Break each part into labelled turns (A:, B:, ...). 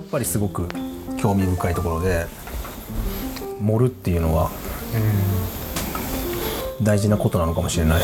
A: ぱりすごく興味深いところで、盛るっていうのは大事なことなのかもしれないです。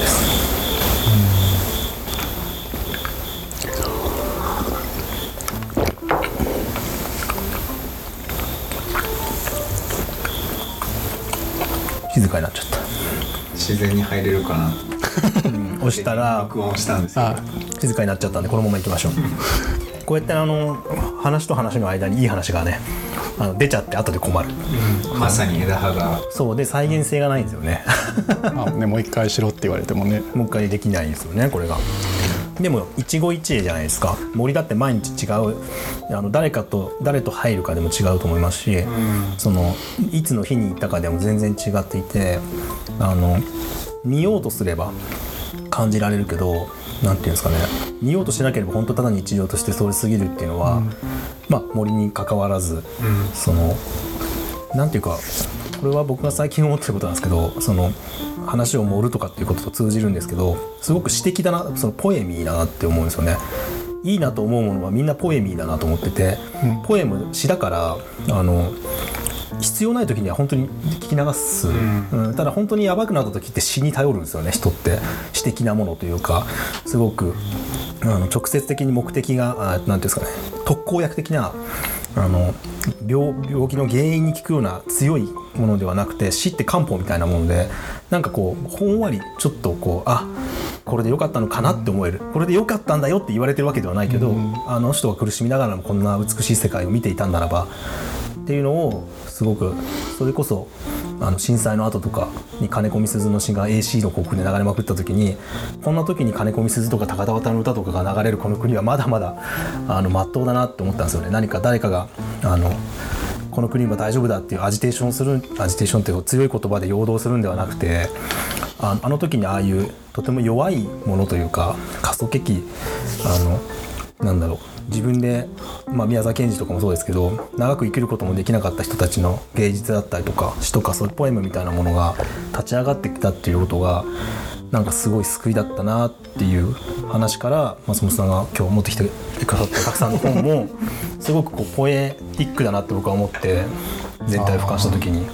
A: 静かになっちゃった。
B: 自然に入れるかな
A: 押したら
B: 録音したんですけど
A: 静かになっちゃったんで、このまま行きましょう。こうやって話と話の間にいい話がね出ちゃって後で困る、
B: まさに枝葉が
A: そうで再現性がないんですよね
C: ね、もう一回しろって言われてもね、
A: もう一回できないんですよね、これが。でも一期一会じゃないですか。森だって毎日違う、誰と入るかでも違うと思いますし、いつの日に行ったかでも全然違っていて、見ようとすれば感じられるけど、なんていうんですかね、見ようとしなければ本当ただ日常として通り過ぎるっていうのは、森に関わらず、なんていうか、これは僕が最近思ってることなんですけど、話を盛るとかっていうことと通じるんですけど、すごく詩的だな、ポエミーだなって思うんですよね。いいなと思うものはみんなポエミーだなと思ってて、ポエム、詩だから必要ない時には本当に聞き流す、ただ本当にやばくなった時って詩に頼るんですよね、人って。詩的なものというか、すごく直接的に目的がなんていうんですかね、特効薬的な病気の原因に効くような強いものではなくて、詩って漢方みたいなもので、なんかこうほんわりちょっとこれで良かったのかなって思える、これで良かったんだよって言われてるわけではないけど、あの人が苦しみながらもこんな美しい世界を見ていたんならばっていうのを、すごくそれこそ震災の後とかに金子みすゞの詩が AC の広告で流れまくった時に、こんな時に金子みすゞとか高田渡の歌とかが流れるこの国はまだまだ真っ当だなって思ったんですよね。何か誰かがこの国は大丈夫だっていうアジテーションっていう強い言葉で陽動するんではなくて、あの時にああいうとても弱いものというか、過疎的なんだろう、自分で、宮沢賢治とかもそうですけど、長く生きることもできなかった人たちの芸術だったりとか詩とか、そういうポエムみたいなものが立ち上がってきたっていうことが、なんかすごい救いだったなっていう話から、松本さんが今日持ってきてくださったたくさんの本もすごくポエティックだなって僕は思って、全体を俯瞰した時に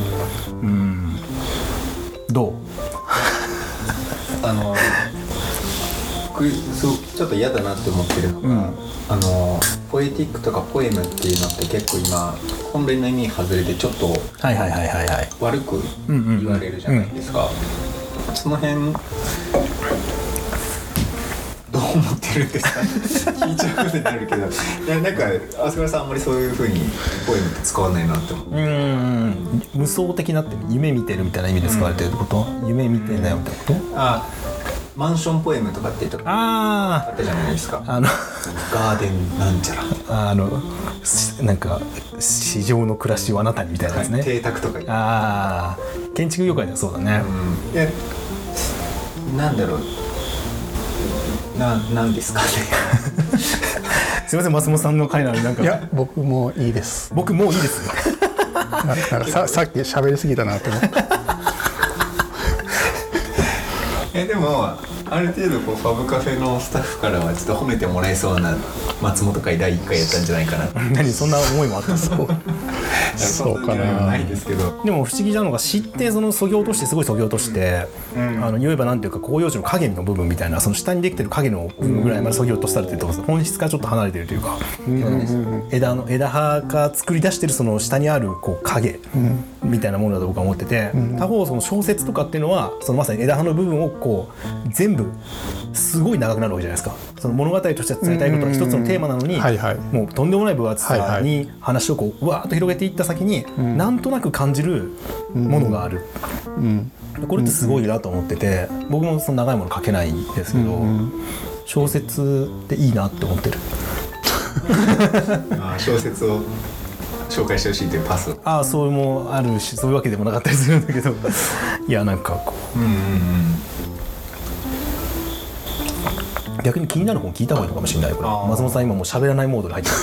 A: どう
B: ちょっと嫌だなって思ってるのが、ポエティックとかポエムっていうのって結構今本来の意味外れてちょっと悪く言われるじゃないですか。その辺どう思ってるんですか聞いちゃうことになるけど、いや、なんか浅倉さんあんまりそういう風にポエムって使わないなって思う。
A: 無双的なって夢見てるみたいな意味で使われてること、夢見てんだよみたいなこと。
B: マンションポエムとかってあったじゃないですか。ガーデンなんちゃら、
A: なんか市場の暮らしをあなたにみたいなやつね、
B: 邸宅とか
A: 建築業界ではそうだね。
B: なんだろう、なんですかね
A: すいません、松本さんの回なのになんか。
C: いや、僕もいいです。
A: 僕もういいです
C: なんかさっき喋りすぎたなと思って
B: でもある程度ファブカフェのスタッフからはちょっと褒めてもらえそうな松本会第1回やったんじゃないかな
A: 何、そんな思いもあったんですか
C: そうかな。
B: ないですけど、
A: でも不思議なのが、詩ってそぎ落として、すごいそぎ落として、言えばなんていうか、広葉樹の影の部分みたいな、その下にできてる影の部分ぐらいまでそぎ落とされてると思うんです。本質からちょっと離れてるというか、枝葉が作り出してるその下にある影みたいなものだと僕は思ってて、他方その小説とかっていうのは、そのまさに枝葉の部分を全部すごい長くなるわけじゃないですか。その物語として伝えたいことは一つのテーマなのに、もうとんでもない分厚さに話をわーっと広げていった先に、なんとなく感じるものがある、これってすごいなと思ってて、僕もその長いもの書けないんですけど、小説っていいなって思ってる
B: 小説を紹介してほしいというパス。
A: そういうもあるし、そういうわけでもなかったりするんだけどいや、なんかこう、逆に気になる本聞いた方がいいのかもしれない。これ松本さん今もう喋らないモードに入ってる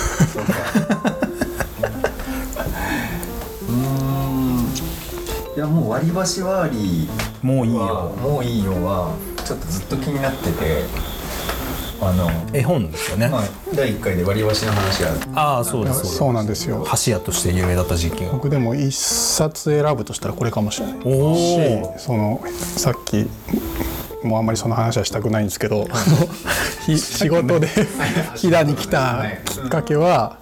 B: いや、もう割り箸ワーリー
A: もういいよ
B: はちょっとずっと気になってて、
A: 絵本ですよね。
B: 第1回で割り箸の話が
A: ああそうです
C: そうなんですよ。
A: 箸屋として有名だった時期が。
C: 僕でも一冊選ぶとしたらこれかもしれないし、さっきもうあんまりその話はしたくないんですけど、仕事で飛騨に来たきっかけは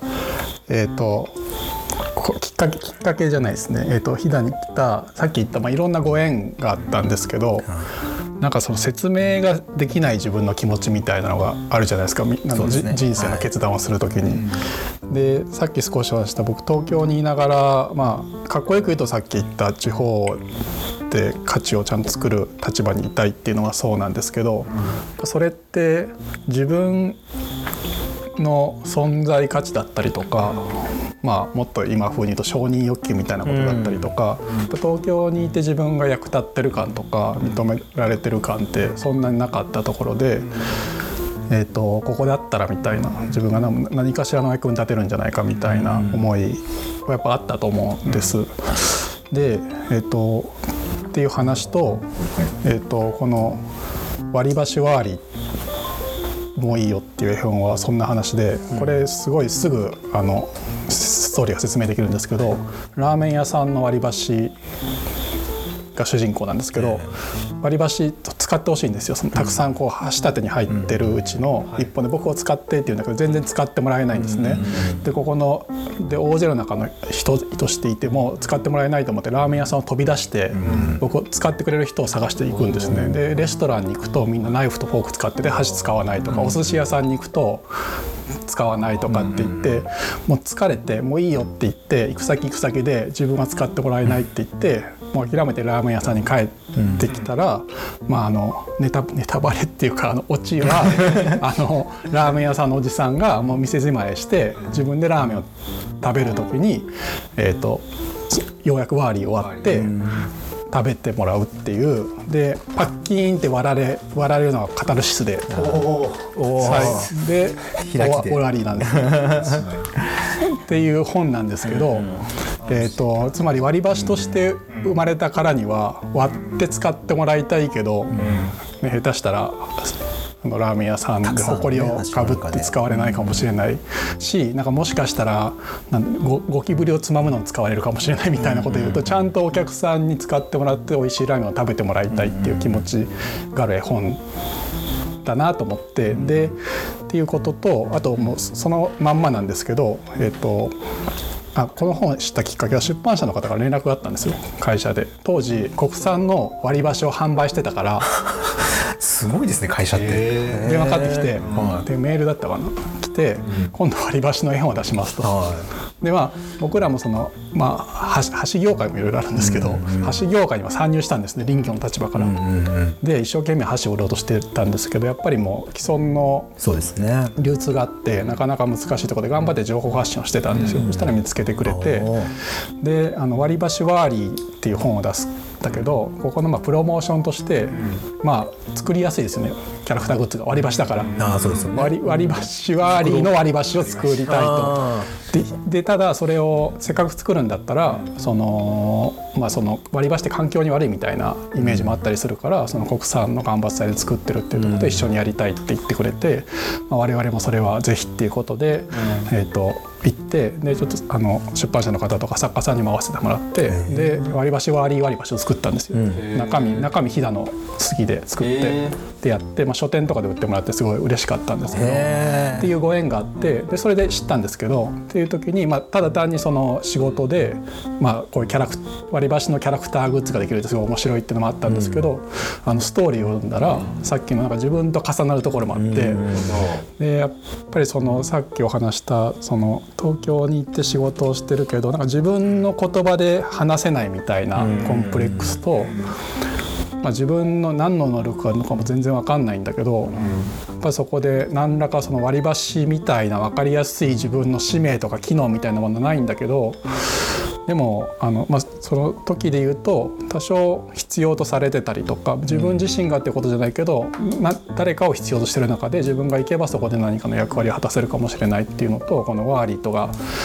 C: きっかけじゃないですね。飛騨に来たさっき言った、いろんなご縁があったんですけど、なんかその説明ができない自分の気持ちみたいなのがあるじゃないですか。人生の決断をするときに。でさっき少し話した僕東京にいながら、かっこよく言うとさっき言った地方で価値をちゃんと作る立場にいたいっていうのはそうなんですけど、それって自分の存在価値だったりとか、もっと今風に言うと承認欲求みたいなことだったりとか、東京にいて自分が役立ってる感とか認められてる感ってそんなになかったところで、ここだったらみたいな、自分が何かしらの役に立てるんじゃないかみたいな思いはやっぱあったと思うんです。で、っていう話と、この割り箸ワーリもういいよっていう絵本はそんな話で、これすごいすぐストーリーが説明できるんですけど、ラーメン屋さんの割り箸が主人公なんですけど、割り箸使ってほしいんですよ。たくさん箸立てに入ってるうちの一本で僕を使ってっていうんだけど全然使ってもらえないんですね。でここの大勢の中の人としていても使ってもらえないと思ってラーメン屋さんを飛び出して僕を使ってくれる人を探していくんですね。でレストランに行くとみんなナイフとフォーク使ってて箸使わないとか、お寿司屋さんに行くと使わないとかって言って、もう疲れてもういいよって言って行く先で自分は使ってもらえないって言ってもう諦めてラーメン屋さんに帰ってきたら、ネタバレっていうかオチはラーメン屋さんのおじさんがもう店じまいして自分でラーメンを食べる時に、ようやくワーリー終わって食べてもらうっていう。でパッキーンって割られるのがカタルシスで、で終わりなんですっていう本なんですけど、つまり割り箸として生まれたからには割って使ってもらいたいけど、下手したらラーメン屋さんで埃をかぶって使われないかもしれないし、なんかもしかしたらゴキブリをつまむのに使われるかもしれないみたいなことを言うと、ちゃんとお客さんに使ってもらって美味しいラーメンを食べてもらいたいっていう気持ちがある絵本だなと思って、でっていうことと、あともうそのまんまなんですけど、この本を知ったきっかけは出版社の方から連絡があったんですよ。会社で当時国産の割り箸を販売してたから
A: すごいですね会社って。
C: 電話かかってきて、でメールだったかな、来て、今度割り箸の絵本を出しますと。で僕らも箸業界もいろいろあるんですけど、箸業界には参入したんですね、林業の立場から。で一生懸命箸を売ろうとしてたんですけど、やっぱりもう既存の流通があってなかなか難しいところで頑張って情報発信をしてたんですよ。そしたら見つけてくれて、で割り箸ワーリーっていう本を出すだけど、ここのプロモーションとして、作りやすいですよね、キャラクターグッズが割り箸だから。割り箸ワーリーの割り箸を作りたいと。でただそれをせっかく作るんだったらその割り箸って環境に悪いみたいなイメージもあったりするから、その国産の間伐材で作ってるっていうところで一緒にやりたいって言ってくれて、我々もそれはぜひっていうことで、行ってでちょっと出版社の方とか作家さんにも合わせてもらって、で割り箸ワーリー割り箸を作ったんですよ。中身飛騨の杉で作ってでやって、書店とかで売ってもらってすごい嬉しかったんですけどっていうご縁があって、でそれで知ったんですけど、っていう時に、ただ単にその仕事で、こういう割り箸のキャラクターグッズができるってすごい面白いっていうのもあったんですけど、ストーリーを読んだらさっきのなんか自分と重なるところもあって、でやっぱりさっきお話した東京に行って仕事をしてるけどなんか自分の言葉で話せないみたいなコンプレックスと、自分の何の能力があるのかも全然分かんないんだけど、やっぱりそこで何らかその割り箸みたいな分かりやすい自分の使命とか機能みたいなものはないんだけど、でもその時で言うと多少必要とされてたりとか、自分自身がってことじゃないけど誰かを必要としてる中で自分が行けばそこで何かの役割を果たせるかもしれないっていうのと、このワーリーとが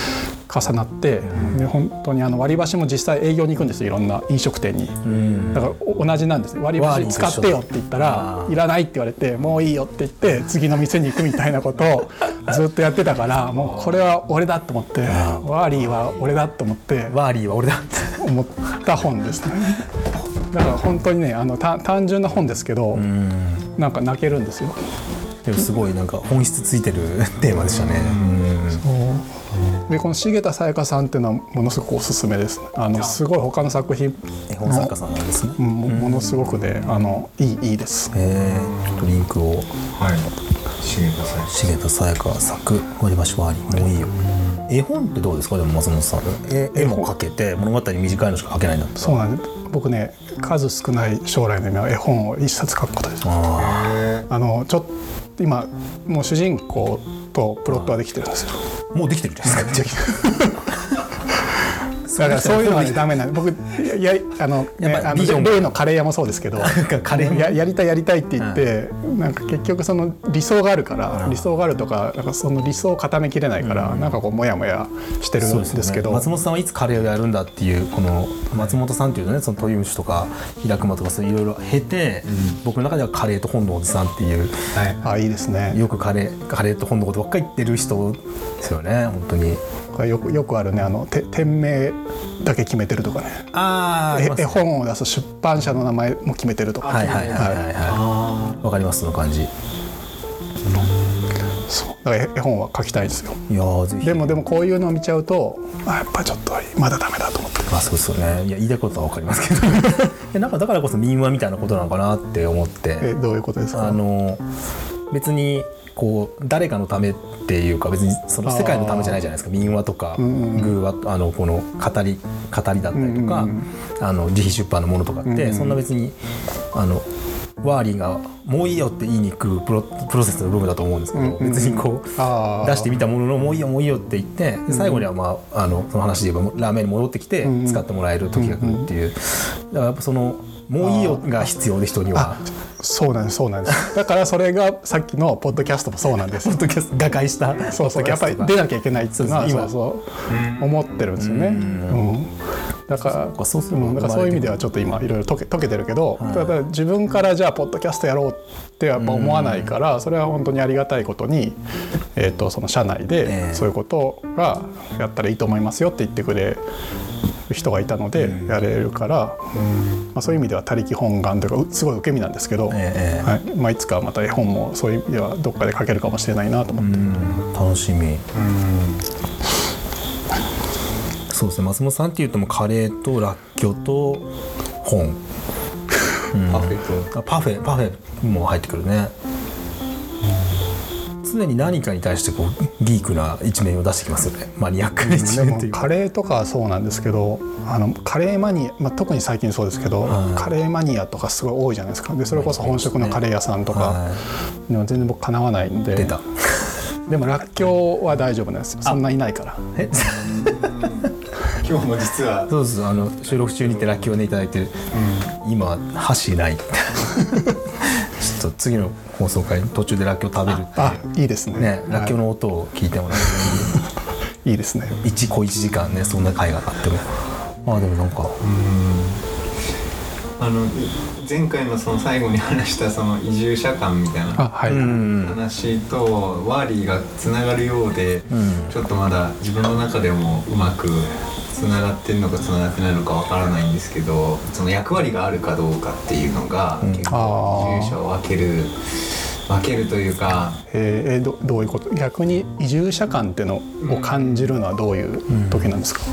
C: 重なって、で本当に割り箸も実際営業に行くんですよ、いろんな飲食店に。だから同じなんですね。割り箸使ってよって言ったらいらないって言われて、もういいよって言って次の店に行くみたいなことをずっとやってたから、もうこれは俺だと思って、ワーリーは俺だと思って、
A: ワーリーは俺だって
C: 思った本ですね。だから本当にね、単純な本ですけど、なんか泣けるんですよ。
A: でもすごいなんか本質ついてるテーマでしたね。
C: でこの重田沙耶香さんっていうのはものすごくおすすめです。すごい他の作品
A: 絵本作家さんなんですね。
C: ものすごくね、いいです。
A: ちょっとリンクを。
B: はい。
A: 重田沙耶香作割り箸ワーリー、もういいよ。絵本ってどうですか？でも松本さん、絵も描けて物語短いのしか描けないんだったら。
C: そうなんです。僕ね、数少ない将来の夢は絵本を一冊書くことです。ちょっと今もう主人公とプロットはできてるんですよ。
A: もうできてるじゃないですか。
C: だからそういうのはダメなんで、僕例のカレー屋もそうですけど、やりたいって言って、なんか結局その理想があるから、理想があるとか、なんかその理想を固めきれないから、なんかこうモヤモヤしてるんですけど、
A: 松本さんはいつカレーをやるんだっていう、この松本さんっていうとね、その鳥虫とか平熊とかそういろいろ経て、僕の中ではカレーと本のおじさんっていう、
C: いいですね。
A: よくカレーと本のことばっかり言ってる人ですよね、本当に。
C: よくあるね、店名だけ決めてるとかね。絵本を出す出版社の名前も決めてるとか。
A: わかります、その感じ。
C: そうだから絵本は書きたいんですよ。
A: いやぜひ。
C: でもこういうのを見ちゃうと、やっぱりちょっとまだダメだと思って。
A: そうですよね。いや言いたいことは分かりますけどなんかだからこそ民話みたいなことなのかなって思って。
C: どういうことですか？
A: 別にこう誰かのためっていうか、別にその世界のためじゃないじゃないですか。民話とか寓話、この語りだったりとか、自費出版のものとかって、そんな別にワーリーがもういいよって言いに来るプロセスの部分だと思うんですけど、別にこう出してみたもののもういいよって言って、最後にはその話で言えばラーメンに戻ってきて使ってもらえる時が来るっていう。だからやっぱそのもういいよが必要で、人には。
C: そうなんです。だからそれがさっきのポッドキャストもそうなんです。
A: ポッドキャスト瓦解した。
C: やっぱり出なきゃいけないっていうのは今思ってるんですよね。だからそういう意味ではちょっと今いろいろ解けてるけど、ただ自分からじゃあポッドキャストやろうってやっぱ思わないから、それは本当にありがたいことに、その社内でそういうことがやったらいいと思いますよって言ってくれる人がいたのでやれるから、そういう意味では他力本願というかすごい受け身なんですけど、いつかまた絵本もそういう意味ではどっかで書けるかもしれないなと思って。
A: 楽しみ。そうですね、松本さんっていうともうカレーとらっきょうと本、パフェも入ってくるね。常に何かに対してこうギークな一面を出してきますよね。マニアックな一面というか。
C: カレーとかはそうなんですけど、カレーマニア、特に最近そうですけど、カレーマニアとかすごい多いじゃないですか。でそれこそ本職のカレー屋さんとかでも全然僕かなわないんで。
A: 出た。
C: でもらっきょうは大丈夫なんですよ。そんないないから。
B: 今日も実は
A: そうです。収録中にてらっきょうねいただいて、今箸ない。ちょっと次の放送回途中でらっきょう食べるっていう。
C: いいですね。
A: らっきょうの音を聞いてもら
C: う。いいですね。
A: 1時間ね、そんな回があっても。でもなんか。
B: 前回のその最後に話したその移住者間みたいな話とワーリーがつながるようで、ちょっとまだ自分の中でもうまくつながってるのかつながってないのかわからないんですけど、その役割があるかどうかっていうのが結構移住者を分けるというか、
C: どういうこと？逆に移住者間ってのを感じるのはどういう時なんですか？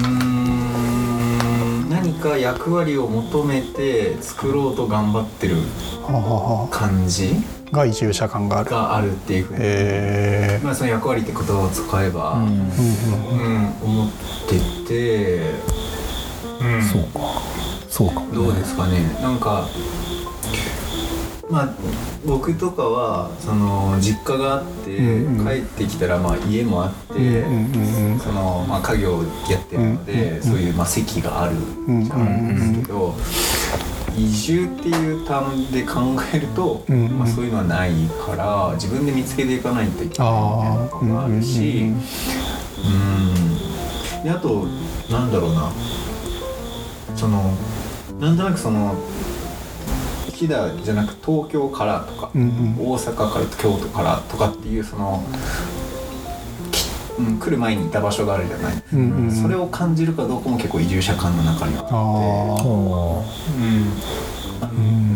B: 何か役割を求めて作ろうと頑張ってる感じ
C: が移住者感がある
B: っていうふうに、その役割って言葉を使えば、思ってて、
A: そうか、
B: どうですかね。なんか僕とかはその実家があって、帰ってきたら家もあって、その家業をやってるので、そういう席があるじゃないですけど、移住っていう単で考えると、そういうのはないから自分で見つけていかないといけないみたいなのがあるし、 であとなんだろうな、なんとなく飛騨じゃなく東京からとか、大阪から京都からとかっていう来る前にいた場所があるじゃない、それを感じるかどうかも結構移住者間の中にはあって、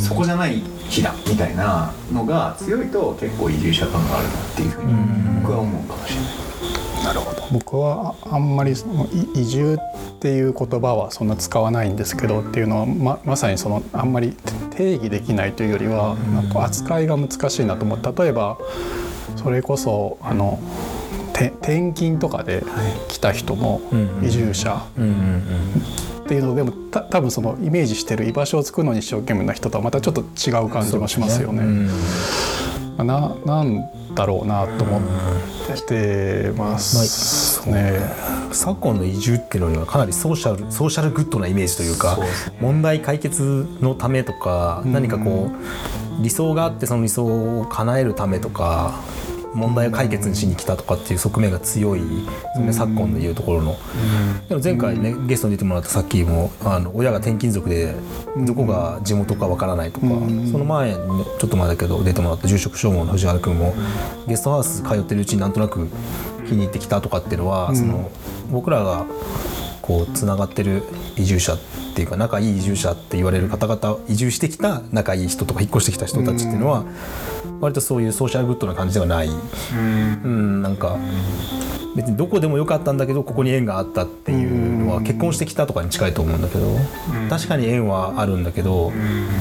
B: そこじゃない飛騨みたいなのが強いと結構移住者間があるなっていうふうに僕は思うかもしれない。
C: なるほど。僕はあんまり移住っていう言葉はそんな使わないんですけど、っていうのは まさにあんまり定義できないというよりはなんか扱いが難しいなと思う。例えばそれこそ転勤とかで来た人も移住者っていうのでも多分イメージしてる居場所を作るのに一生懸命な人とはまたちょっと違う感じもしますよね。なんだろうなと思ってますね。
A: 昨今の移住っていうのにはかなりソーシャルグッドなイメージというか、問題解決のためとか、何か理想があってその理想を叶えるためとか、問題を解決しに来たとかっていう側面が強い、昨今のいうところの、でも前回ねゲストに出てもらったさっきも親が転勤族でどこが地元かわからないとか、その前にねちょっと前だけど出てもらった住職証文の藤原君もゲストハウス通ってるうちになんとなく気に入ってきたとかっていうのは、僕らがつながってる移住者っていうか仲いい移住者って言われる方々、移住してきた仲いい人とか引っ越してきた人たちっていうのは割とそういうソーシャルグッドな感じではない、なんか別にどこでもよかったんだけどここに縁があったっていうのは結婚してきたとかに近いと思うんだけど、確かに縁はあるんだけど、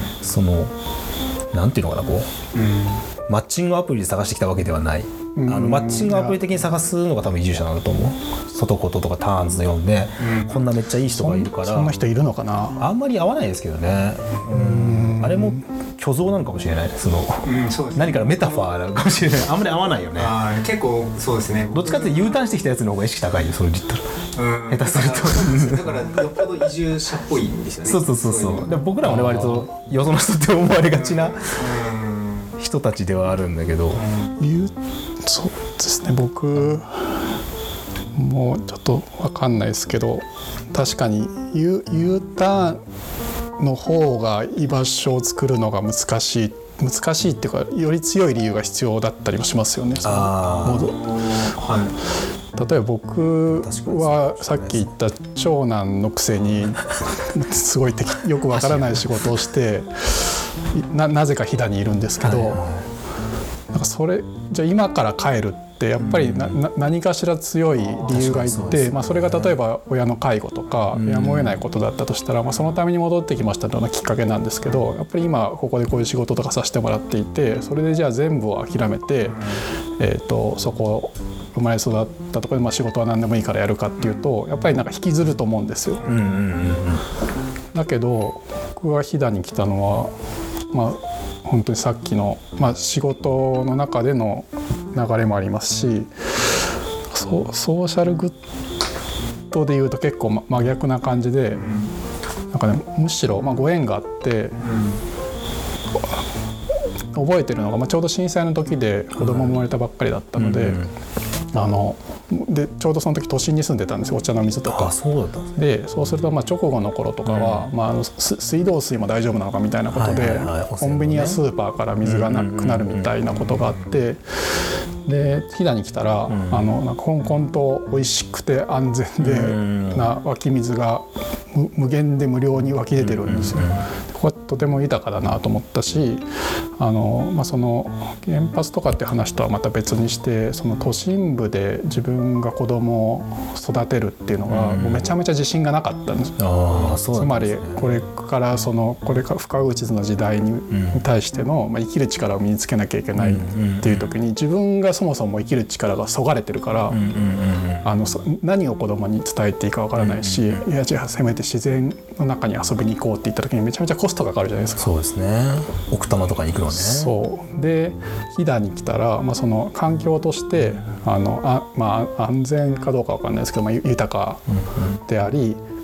A: なんていうのかな、マッチングアプリで探してきたわけではない。マッチングアプリ的に探すのが多分移住者なんだと思う。外こととかターンズで読んで、こんなめっちゃいい人がいるから、
C: そんな人いるのかな。
A: あんまり合わないですけどね。あれも虚像なのかもしれない。そうですね、何かのメタファーなのかもしれない。あんまり合わないよね。
B: 結構そうですね。
A: どっちかっていうと U ターンしてきたやつの方が意識高いよ、それで言ったら。下手すると
B: だからよっぽど移住者っぽいんですよね。
A: そうで僕らもね割とよその人って思われがちな人たちではあるんだけど、
C: そうですね、僕もうちょっと分かんないですけど、確かに U ターンの方が居場所を作るのが難しいっていうか、より強い理由が必要だったりもしますよね。例えば僕はさっき言った長男のくせにすごいよくわからない仕事をしてなぜか飛騨にいるんですけど、なんかそれじゃあ今から帰るってやっぱり何かしら強い理由がいて、それが例えば親の介護とかやむを得ないことだったとしたら、そのために戻ってきましたというのがきっかけなんですけど、やっぱり今ここでこういう仕事とかさせてもらっていて、それでじゃあ全部を諦めて、そこ生まれ育ったところで仕事は何でもいいからやるかっていうと、やっぱりなんか引きずると思うんですよ。だけど僕が飛騨に来たのは本当にさっきの、仕事の中での流れもありますし、ソーシャルグッドでいうと結構真逆な感じで、なんかね、むしろご縁があって、覚えてるのが、ちょうど震災の時で子供も生まれたばっかりだったので、でちょうどその時都心に住んでたんですよ、お茶の水とか。そうすると直後の頃とかは、水道水も大丈夫なのかみたいなことで、コンビニやスーパーから水がなくなるみたいなことがあって、で飛騨に来たら、コンコンと美味しくて安全な湧き水が無限で無料に湧き出てるんですよ。ここはとても豊かだなと思ったし、その原発とかって話とはまた別にして、その都心部で自分が子供を育てるっていうのがもうめちゃめちゃ自信がなかったんです。つまりこれから不確実な時代に対しての生きる力を身につけなきゃいけないっていう時に、自分がそもそも生きる力がそがれてるから、何を子供に伝えていいかわからないし、いやじゃあせめて自然の中に遊びに行こうって言った時にめちゃめちゃコストがかかるじゃないですか。
A: そうですね、奥多摩とかに行くのね。
C: そうで飛騨に来たら、その環境として安全かどうかわかんないですけど、豊かであり、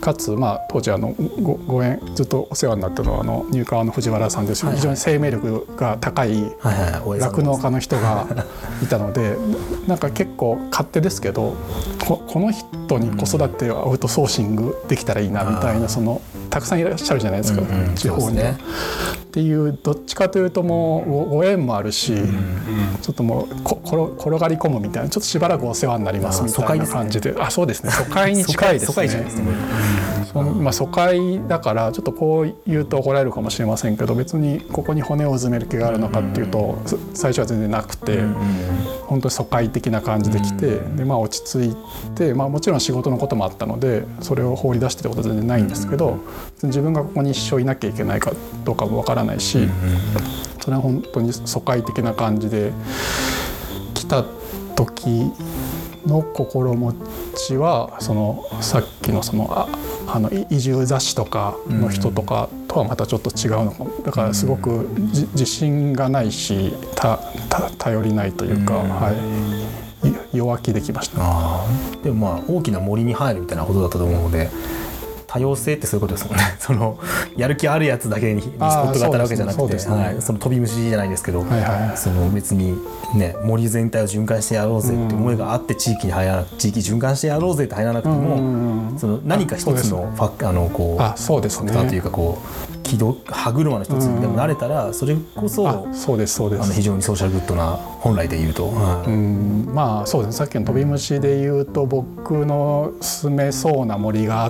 C: かつ、当時ご縁ずっとお世話になったのは入川の藤原さんですけど、非常に生命力が高い酪農家の人がいたので、なんか結構勝手ですけど、この人に子育てをアウトソーシングできたらいいなみたいな、たくさんいらっしゃるじゃないですか、地方には。っていうどっちかというともうご縁もあるし、ちょっともう転がり込むみたいな、ちょっとしばらくお世話になりますみたいな感じで、そうですね、疎開に近いですね。疎開だからちょっとこう言うと怒られるかもしれませんけど、別にここに骨をうずめる気があるのかっていうと、最初は全然なくて、本当に疎開的な感じで来て、で落ち着いて、もちろん仕事のこともあったのでそれを放り出してってことは全然ないんですけど、自分がここに一生いなきゃいけないかどうかもわからないし、それは本当に疎開的な感じで来た時の心持ちは、さっきの移住雑誌とかの人とかとはまたちょっと違うのかも。だからすごく自信がないし頼りないというか、弱気できました。
A: でも大きな森に入るみたいなことだったと思うので、多様性ってそういうことですもんね。やる気あるやつだけにスポットが当たるわけじゃなくて、その飛び虫じゃないですけど、別にね、森全体を循環してやろうぜって思いがあって、地域循環してやろうぜって入らなくても、何か一つのファクターというか歯車の一つにでもなれたら、それこそ非常にソーシャルグッドな、本来で言うと、
C: そうですね。さっきの飛び虫で言うと、僕の住めそうな森があって、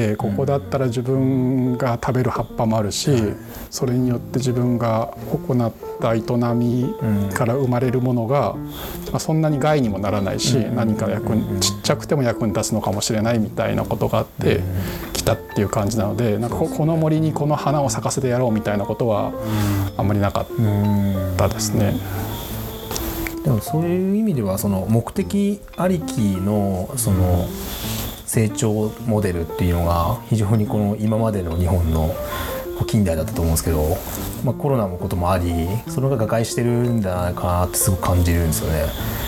C: ここだったら自分が食べる葉っぱもあるし、それによって自分が行った営みから生まれるものが、そんなに害にもならないし、何かちっちゃくても役に立つのかもしれないみたいなことがあって来たっていう感じなので、なんかこの森にこの花を咲かせてやろうみたいなことはあんまりなかったですね。
A: でもそういう意味では、目的ありきの成長モデルっていうのが非常に今までの日本の近代だったと思うんですけど、コロナのこともあり、それが瓦解してるんじゃないかなってすごく感じるんですよね。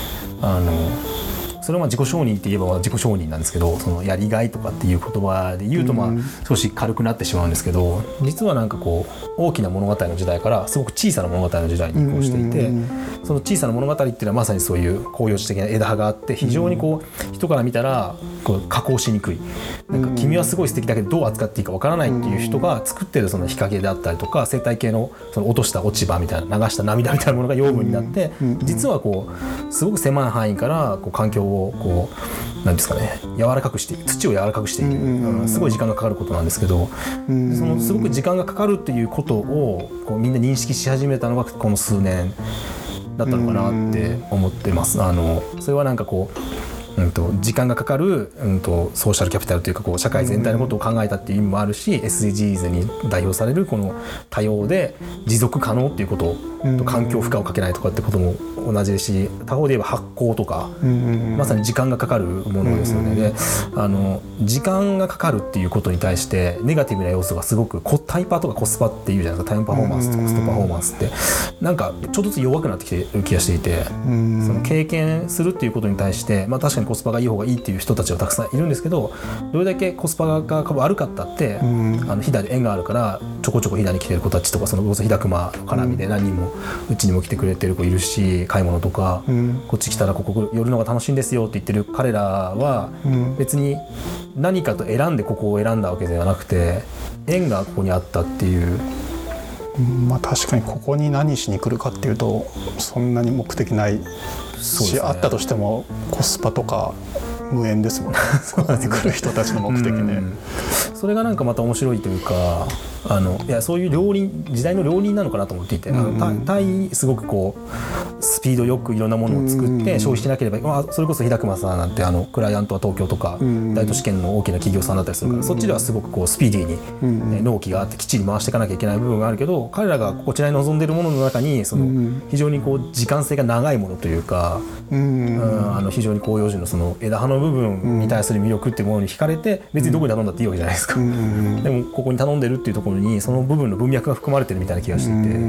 A: それは自己承認って言えば自己承認なんですけど、やりがいとかっていう言葉で言うと少し軽くなってしまうんですけど、実はなんか大きな物語の時代からすごく小さな物語の時代に移行していて、その小さな物語っていうのはまさにそういう広葉樹的な枝葉があって、非常に人から見たら加工しにくい、なんか君はすごい素敵だけどどう扱っていいかわからないっていう人が作ってるその日陰であったりとか、生態系の落とした落ち葉みたいな、流した涙みたいなものが養分になって、実はすごく狭い範囲から環境をなんですかね、柔らかくして土を柔らかくしている、すごい時間がかかることなんですけど、すごく時間がかかるっていうことをみんな認識し始めたのがこの数年だったのかなって思ってます。それはなんか時間がかかる、ソーシャルキャピタルというか社会全体のことを考えたっていう意味もあるし、SDGs に代表されるこの多様で持続可能っていうことと、環境負荷をかけないとかってことも同じですし、他方で言えば発酵とか、まさに時間がかかるものですよね。で時間がかかるっていうことに対してネガティブな要素がすごくタイパとかコスパっていうじゃないですか。タイムパフォーマンスとコストパフォーマンスってなんかちょっとずつ弱くなってきてる気がしていて、その経験するっていうことに対して、確かにコスパがいい方がいいっていう人たちはたくさんいるんですけど、どれだけコスパが悪かったって、飛騨で縁があるからちょこちょこ飛騨に来てる子たちとか、その飛騨熊の絡みで何人もうちにも来てくれてる子いるし、買い物とか、こっち来たらここ寄るのが楽しいんですよって言ってる彼らは、別に何かと選んでここを選んだわけではなくて、縁がここにあったっていう。
C: 確かにここに何しに来るかっていうとそんなに目的ないし、あったとしてもコスパとか無縁ですもんね。ここに来る人たちの目的ね。
A: それがなんかまた面白いというか、いやそういう時代の両輪なのかなと思っていて、すごくスピードよくいろんなものを作って消費しなければ、それこそ日高さんなんてクライアントは東京とか大都市圏の大きな企業さんだったりするから、そっちではすごくスピーディーに納期があってきっちり回していかなきゃいけない部分があるけど、彼らがこちらに望んでいるものの中に非常に時間性が長いものというか、非常に広葉樹のその枝葉の部分に対する魅力っていうものに惹かれて、別にどこに頼んだっていいわけじゃないですか。でもここに頼んでるっていうところにその部分の文脈が含まれてるみたいな気がしていて、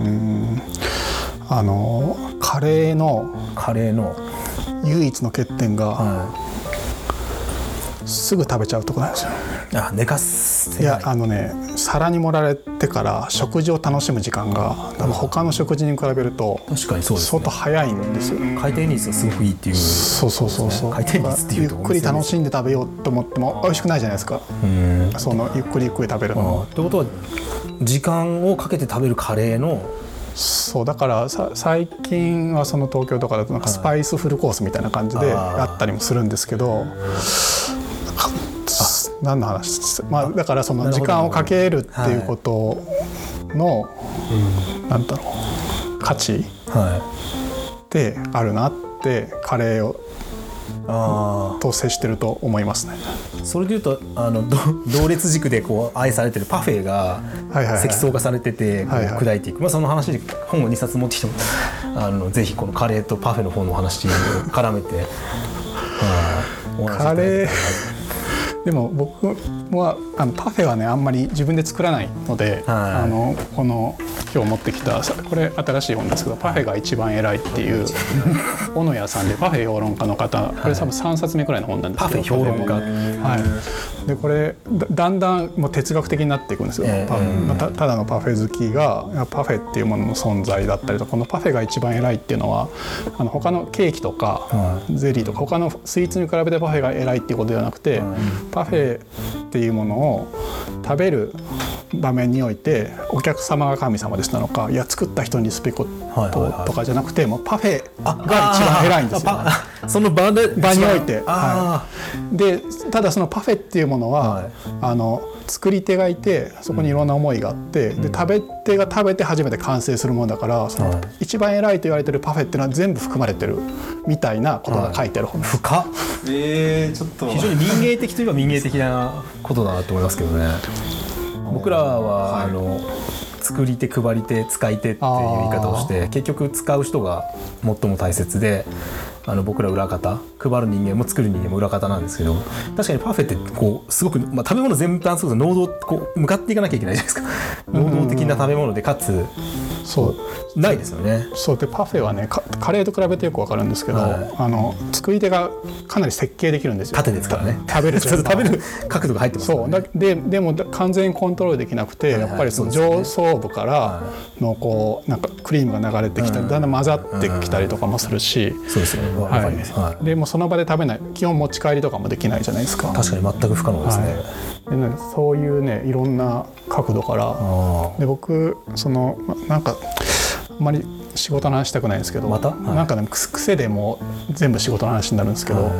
C: カレーの
A: 唯
C: 一の欠点が、 すぐ食べちゃうとこなんですよ。
A: 寝かす。
C: いや皿に盛られてから食事を楽しむ時間が他の食事に比べると
A: 確かにそうですね、
C: 相当早いんですよ。
A: 回転率がすごくいいっていう、
C: そう
A: 回転率っていうと
C: ゆっくり楽しんで食べようと思っても美味しくないじゃないですか。そのゆっくり食べるのも。
A: ってことは時間をかけて食べるカレーの、
C: そうだから最近はその東京とかだとなんかスパイスフルコースみたいな感じであったりもするんですけど、何の話、だからその時間をかけるっていうことの、なんだろう、価値ってあるなってカレーをと接してると思いますね。
A: それでいうと同列軸でこう愛されてるパフェが積層化されてて砕いていく、その話で本を2冊持ってきてもぜひこのカレーとパフェの方の話を絡めて
C: カレーでも僕はパフェはねあんまり自分で作らないので、この今日持ってきたこれ新しい本ですけど、パフェが一番偉いっていう小野屋さんでパフェ評論家の方、これ多分3冊目くらいの本なんですけど、
A: パフェ評論家、
C: でこれだんだんもう哲学的になっていくんですよ。ただのパフェ好きがパフェっていうものの存在だったりとか、このパフェが一番偉いっていうのは他のケーキとかゼリーとか他のスイーツに比べてパフェが偉いっていうことではなくて、パフェっていうものを食べる場面においてお客様が神様ですなのか、いや作った人にリスペクトとかじゃなくて、もうパフェが一番偉いんですよ。
A: その場に
C: おいて、でただそのパフェっていうものは、作り手がいてそこにいろんな思いがあって、で食べ手が食べて初めて完成するものだから、その一番偉いと言われてるパフェっていうのは全部含まれてるみたいなことが書いてある本です。
A: 深っ。
B: ちょっと
A: 非常に民芸的といえば民芸的なことだなと思いますけどね。僕らは作り手配り手使い手っていう言い方をして、結局使う人が最も大切で、僕ら裏方、配る人間も作る人間も裏方なんですけど、確かにパフェってこうすごく、食べ物全般すごく能動こう向かっていかなきゃいけないじゃないですか。能動的な食べ物でかつそうないですよね。
C: そうでパフェはねカレーと比べてよく分かるんですけど、作り手がかなり設計できるんですよ。
A: 縦ですからね。
C: 食べる
A: 角度が入ってますからね。
C: そうでも完全にコントロールできなくて、やっぱりその上層部からのこうなんかクリームが流れてきたり、だんだん混ざってきたりとかもするし、
A: そうですよね。
C: でもその場で食べない、基本持ち帰りとかもできないじゃないですか。
A: 確かに全く不可能ですね。
C: でね、そういうねいろんな角度からで、僕そのなんかあんまり仕事の話したくないんですけど、なんかね癖でもう全部仕事の話になるんですけど、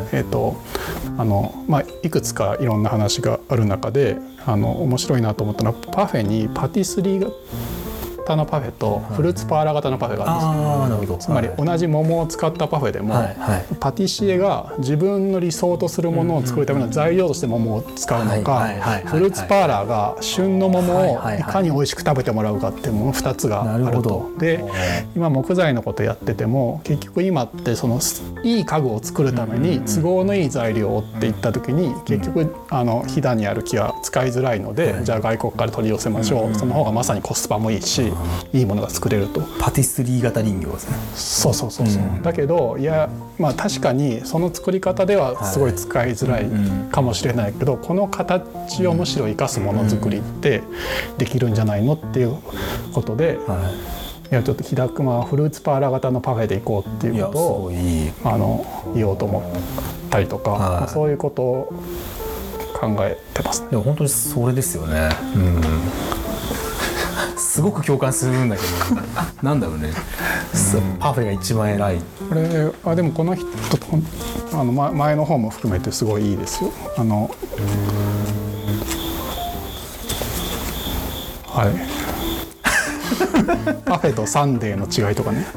C: いくつかいろんな話がある中で面白いなと思ったのは、パフェにパティスリー型のパフェとフルーツパーラー型のパフェがあるんですよ。つまり同じ桃を使ったパフェでも、パティシエが自分の理想とするものを作るための材料として桃を使うのか、フルーツパーラーが旬の桃をいかに美味しく食べてもらうかっていうもの2つがあると。で今木材のことやってても、結局今ってそのいい家具を作るために都合のいい材料をっていった時に、結局飛騨にある木は使いづらいので、じゃあ外国から取り寄せましょう。その方がまさにコスパもいいしいいものが作れると。
A: パティスリー型人形ですね。
C: そうだけど、いや確かにその作り方ではすごい使いづらいかもしれないけど、この形をむしろ生かすものづくりってできるんじゃないのっていうことで、いやちょっと飛騨熊はフルーツパーラー型のパフェでいこうっていうことを言おうと思ったりとか、そういうことを考えてますね。
A: でも本当にそれですよね。すごく共感するんだけどなんだろうね、パフェが一番偉い。
C: これでもこの人前の方も含めてすごいいいですよ。パフェとサンデーの違いとかね。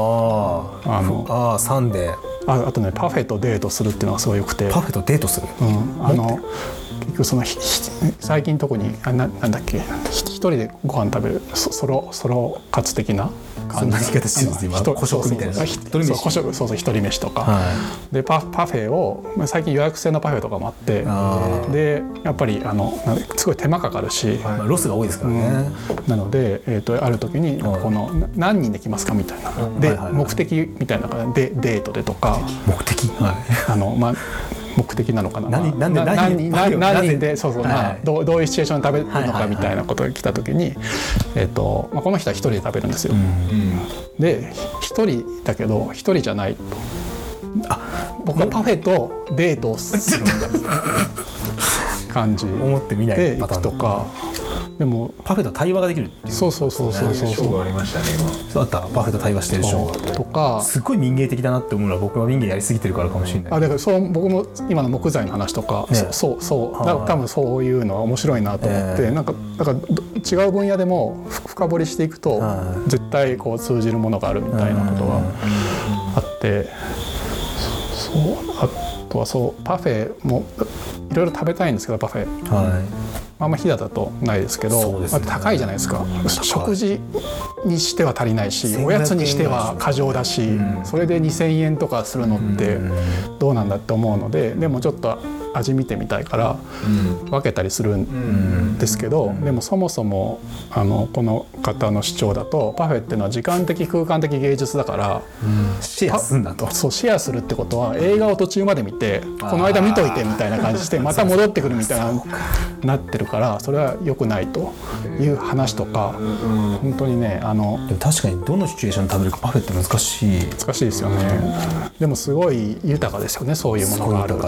A: サンデー。
C: あとね、パフェとデートするっていうのがすごいよくて。
A: パフェとデートする。
C: 結局その最近特になんだっけ、一人でご飯食べるソロ活的な
A: そんな言い方してるんです今。個食みたいな。
C: 一人飯とか。でパフェを最近予約制のパフェとかもあって、でやっぱりすごい手間かかるし、
A: ロスが多いですからね。
C: なのである時にこの何人で来ますかみたいなで目的みたいなでデートでとか
A: 目的
C: 目的なのかな、
A: 何
C: 人でそうそう、まあ、どういうシチュエーションで食べるのかみたいなことが来た時に、まあ、この人は一人で食べるんですよ。で一人だけど一人じゃないと。僕はパフェとデートをするんだ感じ
A: 思ってみない
C: で行くとか。でも
A: パフェと対話ができるっていう、
C: そうショ
B: ーがありましたね今。
A: そうあったパフェと対話してるショー
C: とか、
A: すごい民芸的だなって思うのは僕は民芸やりすぎてるからかもしれない。
C: だから僕も今の木材の話とか、ね、そうだから多分そういうのは面白いなと思って、なんかだから違う分野でも深掘りしていくと絶対こう通じるものがあるみたいなことがあって、あとはそうパフェもいろいろ食べたいんですけどパフェ。あんま飛騨だとないですけど、ね、高いじゃないですか。食事にしては足りないし、おやつにしては過剰だし、それで2000円とかするのってどうなんだって思うので、でもちょっと味見てみたいから分けたりするんですけど、でもそもそもこの方の主張だとパフェっていうのは時間的空間的芸術だから、
A: シェアするんだと。
C: そうシェアするってことは映画を途中まで見てこの間見といてみたいな感じしてまた戻ってくるみたいななってるから、それは良くないという話とか、本当にね
A: でも確かにどのシチュエーションで食べるかパフェって難しい
C: ですよね。でもすごい豊かですよね、そういうものがあるって。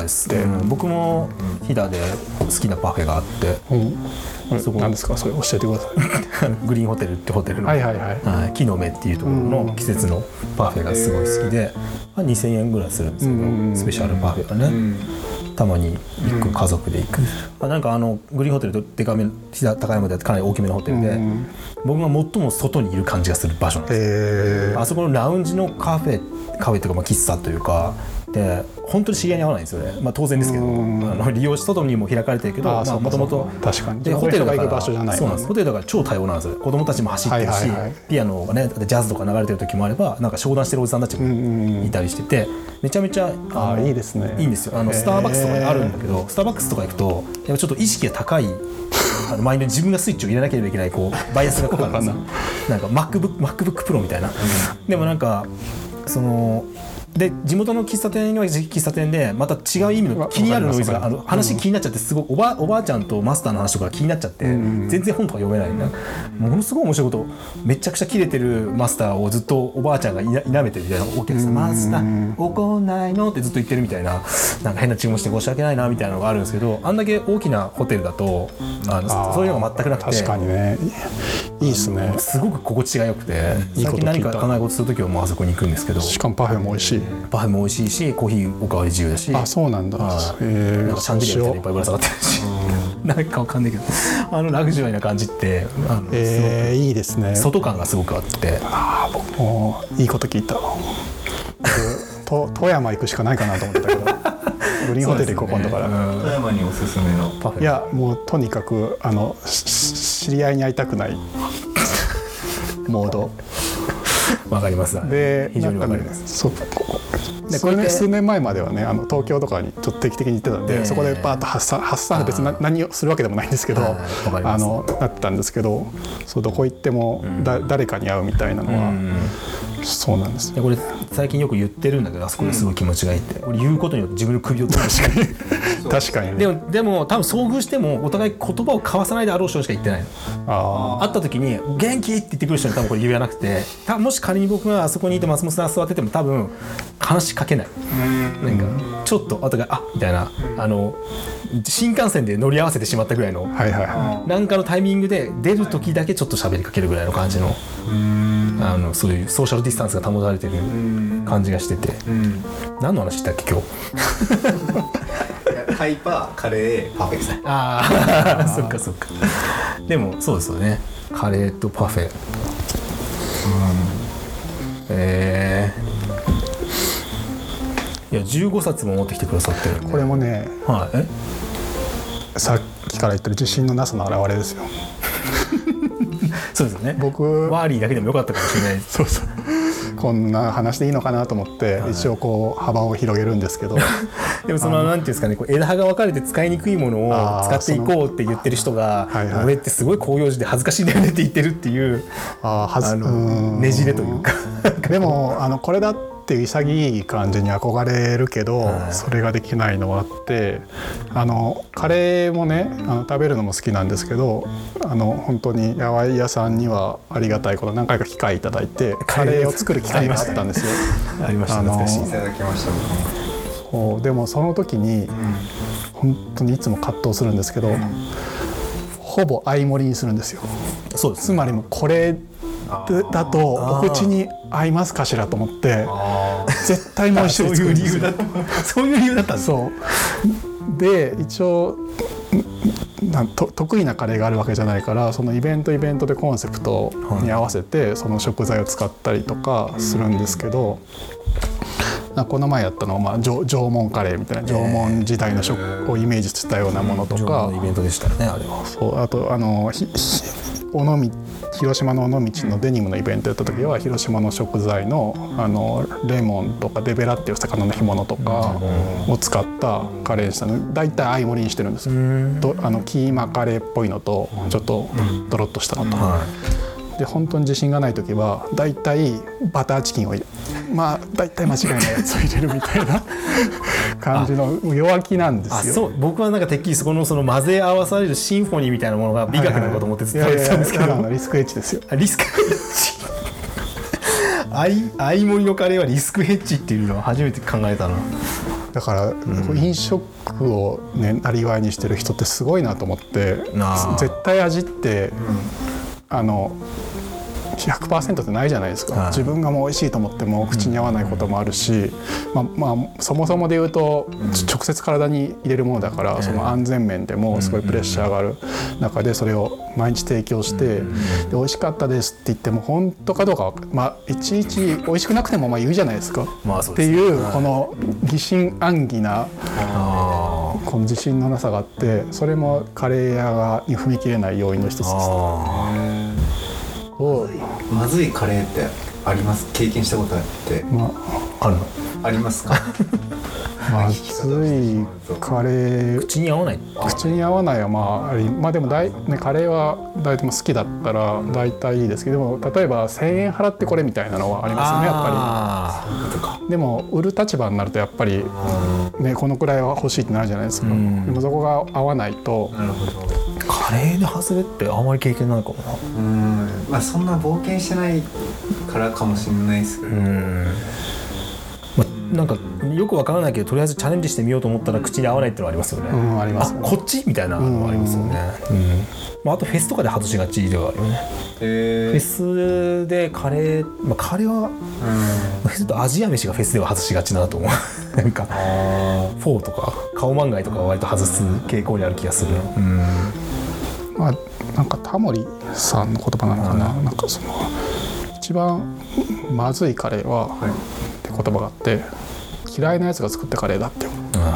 A: 僕も飛騨で好きなパフェがあって、
C: 何ですかそれ教えてください。
A: グリーンホテルってホテルの木の芽っていうところの季節のパフェがすごい好きで、2000円ぐらいするんですけど、スペシャルパフェがね、たまに行く、家族で行く。なんかグリーンホテルとデカめ飛騨高山でかなり大きめのホテルで、僕が最も外にいる感じがする場所なんです。あそこのラウンジのカフェというか、まあ喫茶というかで本当に知り合いに会わないんですよね。まあ当然ですけど、利用し外にも開かれてるけど、もともと
C: 確かに
A: でホテルが
C: 行く場所じゃない。
A: そうなんです。ホテルだから超多様なんですよ。子供たちも走ってるし、ピアノがね、ジャズとか流れてる時もあれば、なんか商談してるおじさんたちもいたりしてて、めちゃめちゃ
C: いいですね。
A: いいんですよ。スターバックスとかにあるんだけど、スターバックスとか行くとやっぱちょっと意識が高い。マインドに自分がスイッチを入れなければいけないこうバイアスがかかるんですよ。なんか MacBook Pro みたいな。でもなんかそので地元の喫茶店は喫茶店でまた違う意味の気になるノイズが話気になっちゃって、すごいおばあちゃんとマスターの話とか気になっちゃって、全然本とか読めないな。ものすごい面白いこと、めちゃくちゃキレてるマスターをずっとおばあちゃんが否めてるみたいな、お客さんマスター怒んないのってずっと言ってるみたいな、なんか変な注文して申し訳ないなみたいなのがあるんですけど、あんだけ大きなホテルだとそういうのが全くなくて、
C: 確かにね、いいですね。
A: すごく心地が良くて、最近何か考え事するときはもうあそこに行くんですけど、
C: しかもパフェも美味しい。
A: パフェも美味しいし、コーヒーおかわり自由だし。
C: そうなんだ。
A: なんかシャンデリアみたいにいっぱいぶら下がってるし、なんかわかんないけど、ラグジュアリーな感じって
C: いいですね。
A: 外感がすごくあって、
C: 僕もいいこと聞いた。富山行くしかないかなと思ってたけど、グリーンホテル行こう今度から。
B: 富山におすすめのパフェ。
C: いやもうとにかく知り合いに会いたくないモード。
A: わかります。
C: で
A: 非常にわかります。
C: そうでこれね、数年前まではね東京とかにちょっと定期的に行ってたんで、そこでパーッと発散で別に何をするわけでもないんですけど、なってたんですけど、そうどこ行っても誰かに会うみたいなのは、そうなんです。
A: これ最近よく言ってるんだけど、あそこですごい気持ちがいいって、これ言うことによって自分の首を取る。
C: 確かにね。
A: でも多分遭遇してもお互い言葉を交わさないであろう人しか言ってないの。会った時に元気って言ってくる人に多分これ言わなくて、もし仮に僕があそこにいて松本さんが座ってても多分話しかけない。なんかちょっとお互いみたいな、新幹線で乗り合わせてしまったぐらいの、なんかのタイミングで出る時だけちょっと喋りかけるぐらいの感じの、そういうソーシャルディスタンスが保たれてる感じがしてて、何の話したっけ今日。
B: ハイパーカレーパフェですね。
A: そっかそっか。でもそうですよね、カレーとパフェ。いや15冊も持ってきてくださってるんで、
C: これもね、さっきから言ってる自信のなさの表れですよ。
A: そうですよね。
C: 僕
A: ワーリーだけでもよかったかもしれない。
C: そうこんな話でいいのかなと思って一応こう幅を広げるんですけど、
A: でもそのなんていうんですかね、こう枝葉が分かれて使いにくいものを使っていこうって言ってる人が、俺ってすごい広葉樹で恥ずかしいんだよねって言ってるっていうねじれというか。
C: でもこれだっっていう潔い感じに憧れるけど、それができないのはあって、カレーもね食べるのも好きなんですけど、本当に八百屋さんにはありがたいこと何回か機会いただいてカレーを作る機会があったんですよ。
A: ありました、懐かしい。
B: いただきました僕も。
C: でもその時に本当にいつも葛藤するんですけど、ほぼ相盛りにするんですよ。
A: そうです、
C: つまりもうこれだとお口に合いますかしらと思って絶対もう一種類作るんですよ。
A: そういう理由だったんです。
C: そうで一応得意なカレーがあるわけじゃないから、そのイベントでコンセプトに合わせてその食材を使ったりとかするんですけど、この前やったのは、縄文カレーみたいな縄文時代の食をイメージしたようなものとか、
A: イベントでしたよねあれは。
C: そう、あと広島の尾道のデニムのイベントやった時は広島の食材のレモンとかデベラっていう魚の干物とかを使ったカレーにしたの大体相盛りにしてるんですよ。キーマカレーっぽいのとちょっとドロッとしたのと、で本当に自信がない時は大体バターチキンを大体間違いないやつを入れるみたいな感じの弱気なんですよ。
A: そう、僕はなんかてっきりその混ぜ合わされるシンフォニーみたいなものが美学なのかと思ってずっと言ってたんですけど、
C: リスクヘッジですよ。
A: リスクヘッジ相盛りのカレーはリスクヘッジっていうのは初めて考えたな。
C: だから、飲食をねなりわいにしてる人ってすごいなと思って、絶対味って、100% ってないじゃないですか。自分がもう美味しいと思っても口に合わないこともあるし、そもそもで言うと直接体に入れるものだから、その安全面でもすごいプレッシャーがある中でそれを毎日提供して、で美味しかったですって言っても本当かどうかいちいち美味しくなくても言うじゃないですか、っていうこの疑心暗鬼なこの自信のなさがあって、それもカレー屋に踏み切れない要因の一つです。
B: まずいカレーってあります？経験したことあって、
A: あるの？
B: ありますか？
C: まずいカレー、
A: 口に合わないはでもカレーは大体好きだったら大体いいですけど、でも例えば1000円払ってこれみたいなのはありますよね、やっぱり。でも売る立場になるとやっぱりね、このくらいは欲しいってなるじゃないですか。でもそこが合わないと。
B: なるほど。
A: カレーで外れってあんまり経験ないかもな。
B: そんな冒険してないからかもしれないですけど、
A: なんかよくわからないけどとりあえずチャレンジしてみようと思ったら口に合わないっていうのはありますよね。
C: あります、ね。
A: こっちみたいなのはありますよね。あとフェスとかで外しがちではあるよね。フェスでカレー、カレーは、フェスとアジア飯がフェスでは外しがちだなと思う。なんかフォーとかカオマンガイとかは割と外す傾向にある気がする。
C: なんかタモリさんの言葉なのかな、なんかその一番まずいカレーは、って言葉があって、嫌いなやつが作ったカレーだって。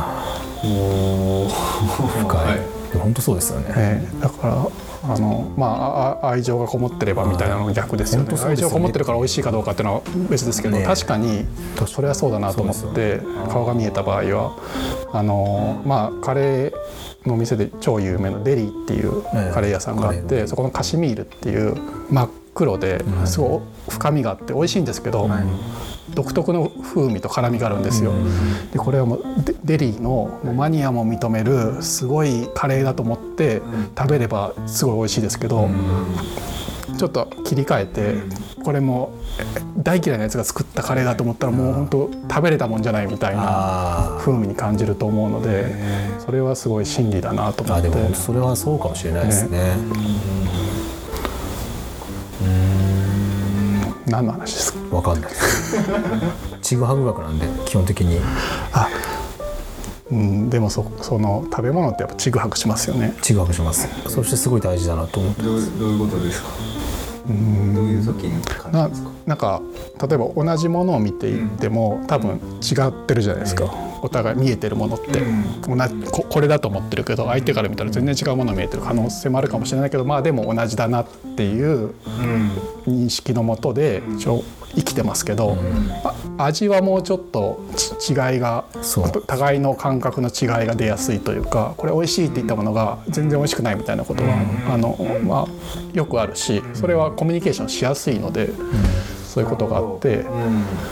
A: 深い。本当そうですよね。
C: だから愛情がこもってればみたいなのが逆ですよね。愛情がこもってるから美味しいかどうかっていうのは別ですけど、確かにそれはそうだなと思って顔が見えた場合はカレーの店で超有名なデリーっていうカレー屋さんがあって、そこのカシミールっていう真っ黒ですごい深みがあって美味しいんですけど、独特の風味と辛みがあるんですよ。でこれはもうデリーのマニアも認めるすごいカレーだと思って食べればすごい美味しいですけど、ちょっと切り替えてこれも大嫌いなやつが作ったカレーだと思ったらもう本当食べれたもんじゃないみたいな風味に感じると思うので、それはすごい真理だなと思って。
A: でもそれはそうかもしれないですね。
C: 何の話ですか？
A: 分かんない。ちぐはぐ学なんで基本的に。
C: でもその食べ物ってやっぱちぐはぐしますよね。
A: ちぐはぐします。そしてすごい大事だなと思って。
B: どういうことですか？どういう時に感じですか？
C: なんか例えば同じものを見ていっても多分違ってるじゃないですか。お互い見えてるものって同じこれだと思ってるけど、相手から見たら全然違うものが見えてる可能性もあるかもしれないけど、でも同じだなっていう認識のもとで生きてますけど、味はもうちょっと違いが、互いの感覚の違いが出やすいというか、これ美味しいって言ったものが全然美味しくないみたいなことはよくあるし、それはコミュニケーションしやすいので、そういうことがあって、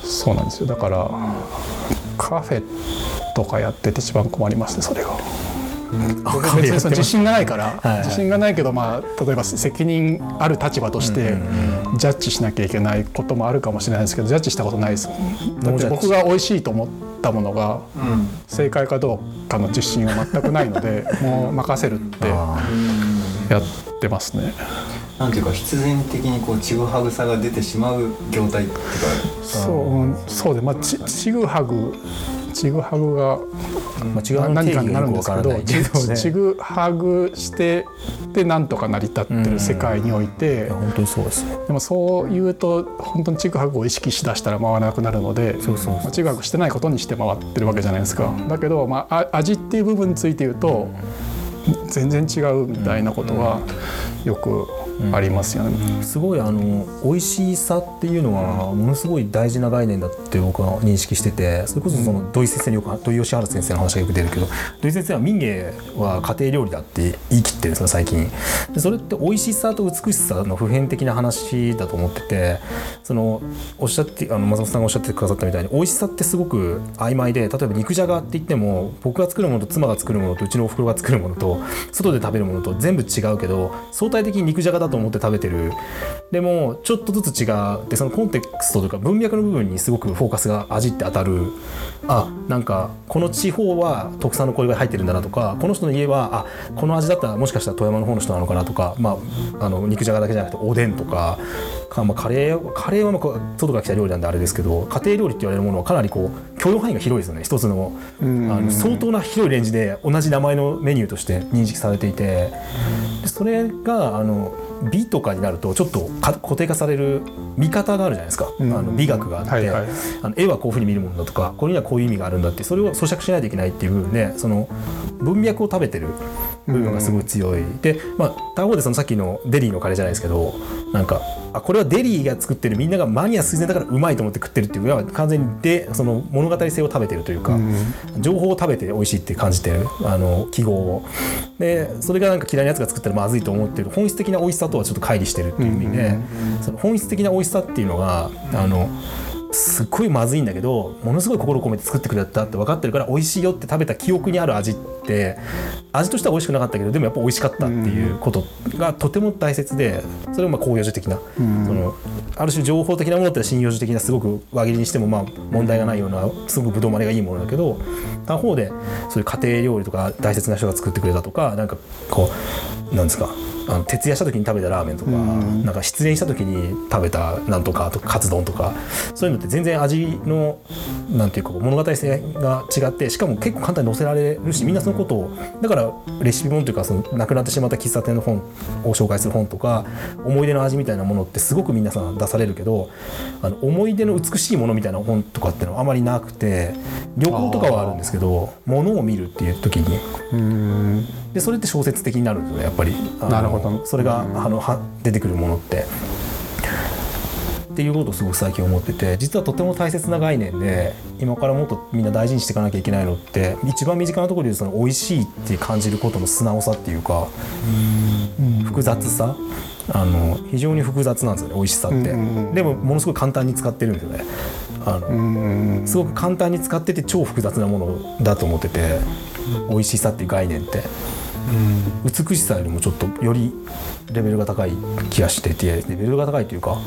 C: そうなんですよ。だからカフェとかやってて一番困りますね、それが。別にその自信がないから、自信がないけど、例えば責任ある立場としてジャッジしなきゃいけないこともあるかもしれないですけど、ジャッジしたことないです。だって僕が美味しいと思ったものが正解かどうかの自信は全くないので、もう任せるってやってますね。
B: なんていうか必然的にこうちぐはぐさが出てしまう業態っていうか、
C: そうで、ちぐはぐが何かになるんですけど、ちぐはぐしてでなんとか成り立ってる世界において、
A: 本当にそうですね。
C: でもそう言うと本当にちぐはぐを意識しだしたら回らなくなるので、ちぐはぐしてないことにして回ってるわけじゃないですか。だけど、味っていう部分について言うと全然違うみたいなことはよくありますよね。
A: すごい美味しさっていうのはものすごい大事な概念だって僕は認識してて、それこそその土井先生によく、土井善晴先生の話がよく出るけど、土井先生は民芸は家庭料理だって言い切ってるんですよ最近。でそれって美味しさと美しさの普遍的な話だと思ってて、そのおっしゃって松本さんがおっしゃってくださったみたいに美味しさってすごく曖昧で、例えば肉じゃがって言っても僕が作るものと妻が作るものとうちのおふくろが作るものと外で食べるものと全部違うけど、相対的に肉じゃがだと思って食べてる。でもちょっとずつ違うで、そのコンテクストというか文脈の部分にすごくフォーカスが味って当たる。なんかこの地方は特産のこれが入ってるんだなとか、この人の家はこの味だったらもしかしたら富山の方の人なのかなとか、肉じゃがだけじゃなくておでんとか、カレーは外から来た料理なんであれですけど、家庭料理って言われるものはかなりこう許容範囲が広いですよね。一つの相当な広いレンジで同じ名前のメニューとして認識されていて、でそれが美とかになるとちょっと固定化される見方があるじゃないですか。美学があって、絵はこういうふうに見るものだとか、これにはこういう意味があるんだって、それを咀嚼しないといけないっていう部分で、その文脈を食べてる部分がすごい強い。で、他方でそのさっきのデリーのカレーじゃないですけど、なんかこれはデリーが作ってる、みんながマニア垂涎だからうまいと思って食ってるっていうのは完全にその物語性を食べてるというか、情報を食べて美味しいって感じてる記号を。でそれがなんか嫌いなやつが作ったらまずいと思ってる本質的な美味しさとはちょっと乖離してるっていう意味で、その本質的な美味しさっていうのがすっごいまずいんだけどものすごい心を込めて作ってくれたって分かってるから美味しいよって食べた記憶にある味って味としては美味しくなかったけどでもやっぱ美味しかったっていうことがとても大切で、それも公余樹的な、そのある種情報的なものって信用樹的なすごく輪切りにしても問題がないようなすごくぶどうまれがいいものだけど、他方でそういう家庭料理とか大切な人が作ってくれたとか、なんかこうなんですか徹夜した時に食べたラーメンとか、なんか失恋した時に食べたなんとかとかカツ丼とか、そういうのって全然味のなんていうか物語性が違って、しかも結構簡単に載せられるし、みんなそのことをだからレシピ本というかその亡くなってしまった喫茶店の本を紹介する本とか思い出の味みたいなものってすごく皆さん出されるけど、思い出の美しいものみたいな本とかっていうのはあまりなくて、旅行とかはあるんですけど物を見るっていう時にでそれって小説的になるんですよねやっぱり。
C: なるほど。
A: それが出てくるものってっていうことをすごく最近思ってて、実はとても大切な概念で今からもっとみんな大事にしていかなきゃいけないのって一番身近なところでいうその美味しいって感じることの素直さっていうか複雑さ、非常に複雑なんですよね美味しさって。でもものすごい簡単に使ってるんですよね。すごく簡単に使ってて超複雑なものだと思ってて、美味しさっていう概念って美しさよりもちょっとよりレベルが高い気がしてて、レベルが高いというか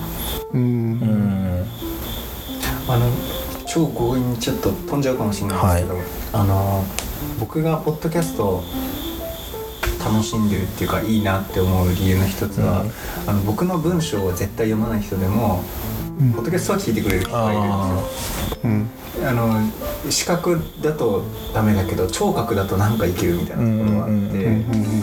B: 超強引にちょっと飛んじゃうかもしれないですけど、僕がポッドキャストを楽しんでるっていうかいいなって思う理由の一つは、僕の文章を絶対読まない人でも、ポッドキャストは聞いてくれる人がいるんですよ。視覚だとダメだけど聴覚だとなんかいけるみたいなところがあって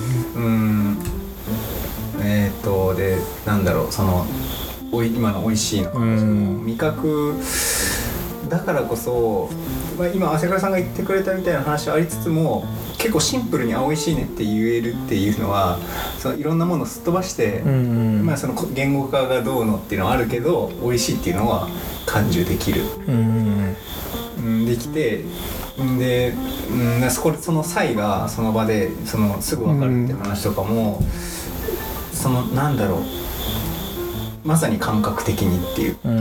B: でなんだろう、その今の美味しいのかもしれない、味覚だからこそ、今朝倉さんが言ってくれたみたいな話はありつつも、結構シンプルに美味しいねって言えるっていうのは、そのいろんなものをすっ飛ばして、その言語化がどうのっていうのはあるけど美味しいっていうのは感受できる、できて、で、その際がその場でそのすぐ分かるっていう話とかも、そのなんだろう、まさに感覚的にっていうか、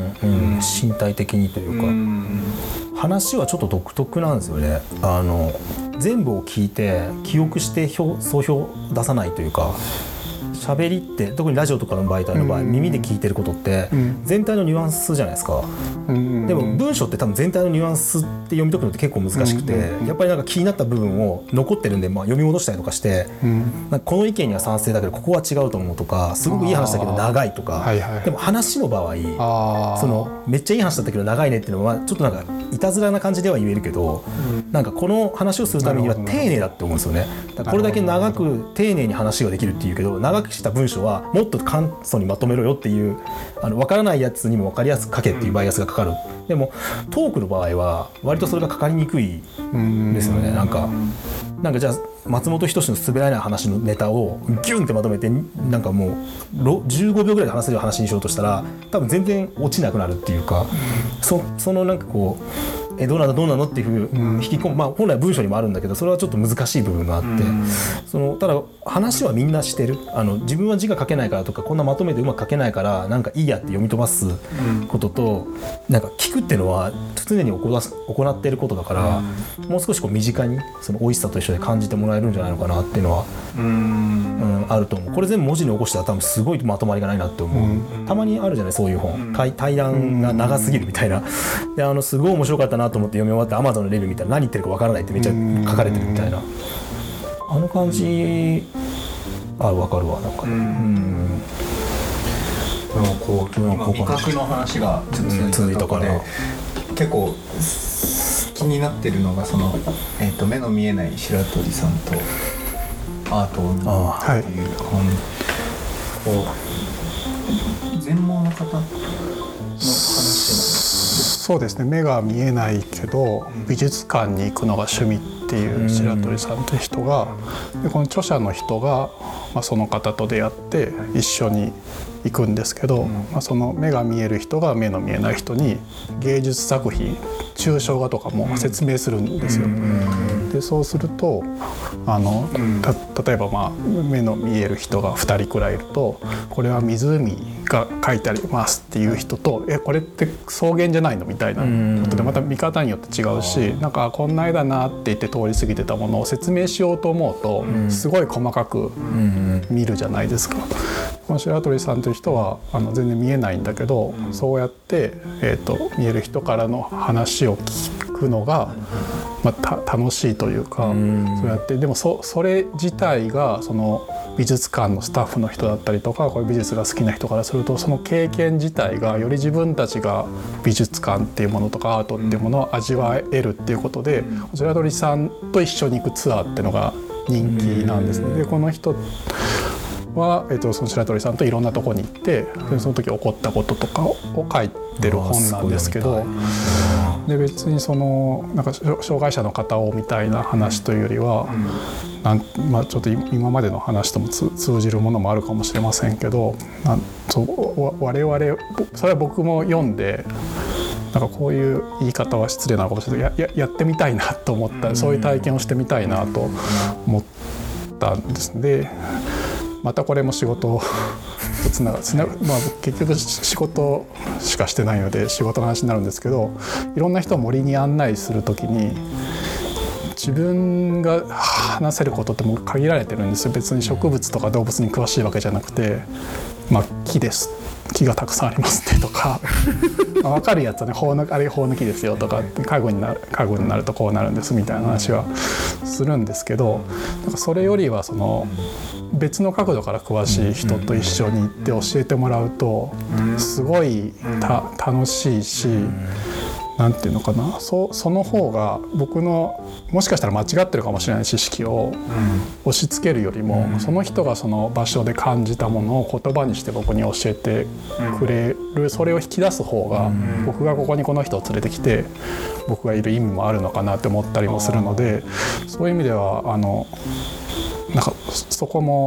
A: 身体的にというか、話はちょっと独特なんですよね。全部を聞いて記憶して総評出さないというか、喋りって特にラジオとかの媒体の場合、耳で聞いてることって全体のニュアンスじゃないですか。でも文章って多分全体のニュアンスって読み解くのって結構難しくて、やっぱりなんか気になった部分を残ってるんで、読み戻したりとかして、なんかこの意見には賛成だけどここは違うと思うとか、すごくいい話だけど長いとか、でも話の場合そのめっちゃいい話だったけど長いねっていうのはちょっとなんかいたずらな感じでは言えるけど、なんかこの話をするためには丁寧だって思うんですよね。だからこれだけ長く丁寧に話ができるっていうけど、長くした文章はもっと簡素にまとめろよっていう、分からないやつにも分かりやすく書けっていうバイアスがかかる。でもトークの場合は割とそれがかかりにくいんですよね。なんかじゃあ松本人志の滑らない話のネタをギュンってまとめてなんかもう15秒ぐらいで話せる話にしようとしたら多分全然落ちなくなるっていうか、そのなんかこうどうなのっていう風に引き込む、本来文章にもあるんだけど、それはちょっと難しい部分があって、ただ話はみんなしてる。自分は字が書けないからとかこんなまとめてうまく書けないからなんかいいやって読み飛ばすことと、なんか聞くっていうのは常に行っていることだから、もう少しこう身近にその美味しさと一緒で感じてもらえるんじゃないのかなっていうのはあると思う。これ全部文字に起こしたら多分すごいまとまりがないなって思う。たまにあるじゃない、そういう本、対談が長すぎるみたいな。ですごい面白かったなと思って読み終わって Amazon のレビュー見たら何言ってるかわからないってめっちゃ書かれてるみたいな、あの感じわかるわ。なんか
B: 今味覚の話が続いたから、結構気になってるのがその、目の見えない白鳥さんとアートを見るっていうこう全盲の方の話
C: そうですね、目が見えないけど美術館に行くのが趣味っていう白鳥さんという人が、でこの著者の人が、その方と出会って一緒に行くんですけど、その目が見える人が目の見えない人に芸術作品、抽象画とかも説明するんですよ。でそうすると例えば目の見える人が2人くらいいると、これは湖が描いてありますっていう人と、これって草原じゃないのみたいなことでまた見方によって違うし、なんかこんな絵だなって言って通り過ぎてたものを説明しようと思うとすごい細かく見るじゃないですか。この白鳥さんという人は全然見えないんだけど、そうやって、見える人からの話を聞くのが、楽しいというか、そうやってでもそれ自体がその美術館のスタッフの人だったりとか、こういう美術が好きな人からするとその経験自体がより自分たちが美術館っていうものとかアートっていうものを味わえるっていうことで、白鳥さんと一緒に行くツアーっていうのが人気なんですね。でこの人は、その白鳥さんといろんなとこに行って、その時起こったこととかを書いてる本なんですけど、で別にそのなんか障害者の方をみたいな話というよりは、ちょっと今までの話とも通じるものもあるかもしれませんけど、我々それは僕も読んでなんかこういう言い方は失礼なのかもしれないけど、やってみたいなと思った、そういう体験をしてみたいなと思ったんですね。でまたこれも仕事結局仕事しかしてないので仕事の話になるんですけど、いろんな人を森に案内するときに自分が話せることってもう限られてるんですよ。別に植物とか動物に詳しいわけじゃなくて、木がたくさんありますねとか分かるやつはね、あれホウノキですよとか、家具になるとこうなるんですみたいな話はするんですけど、なんかそれよりはその別の角度から詳しい人と一緒に行って教えてもらうとすごい楽しいし、なんていうのかな、その方が僕のもしかしたら間違ってるかもしれない知識を押し付けるよりも、その人がその場所で感じたものを言葉にして僕に教えてくれる、それを引き出す方が僕がここにこの人を連れてきて僕がいる意味もあるのかなって思ったりもするので、そういう意味ではなんかそこも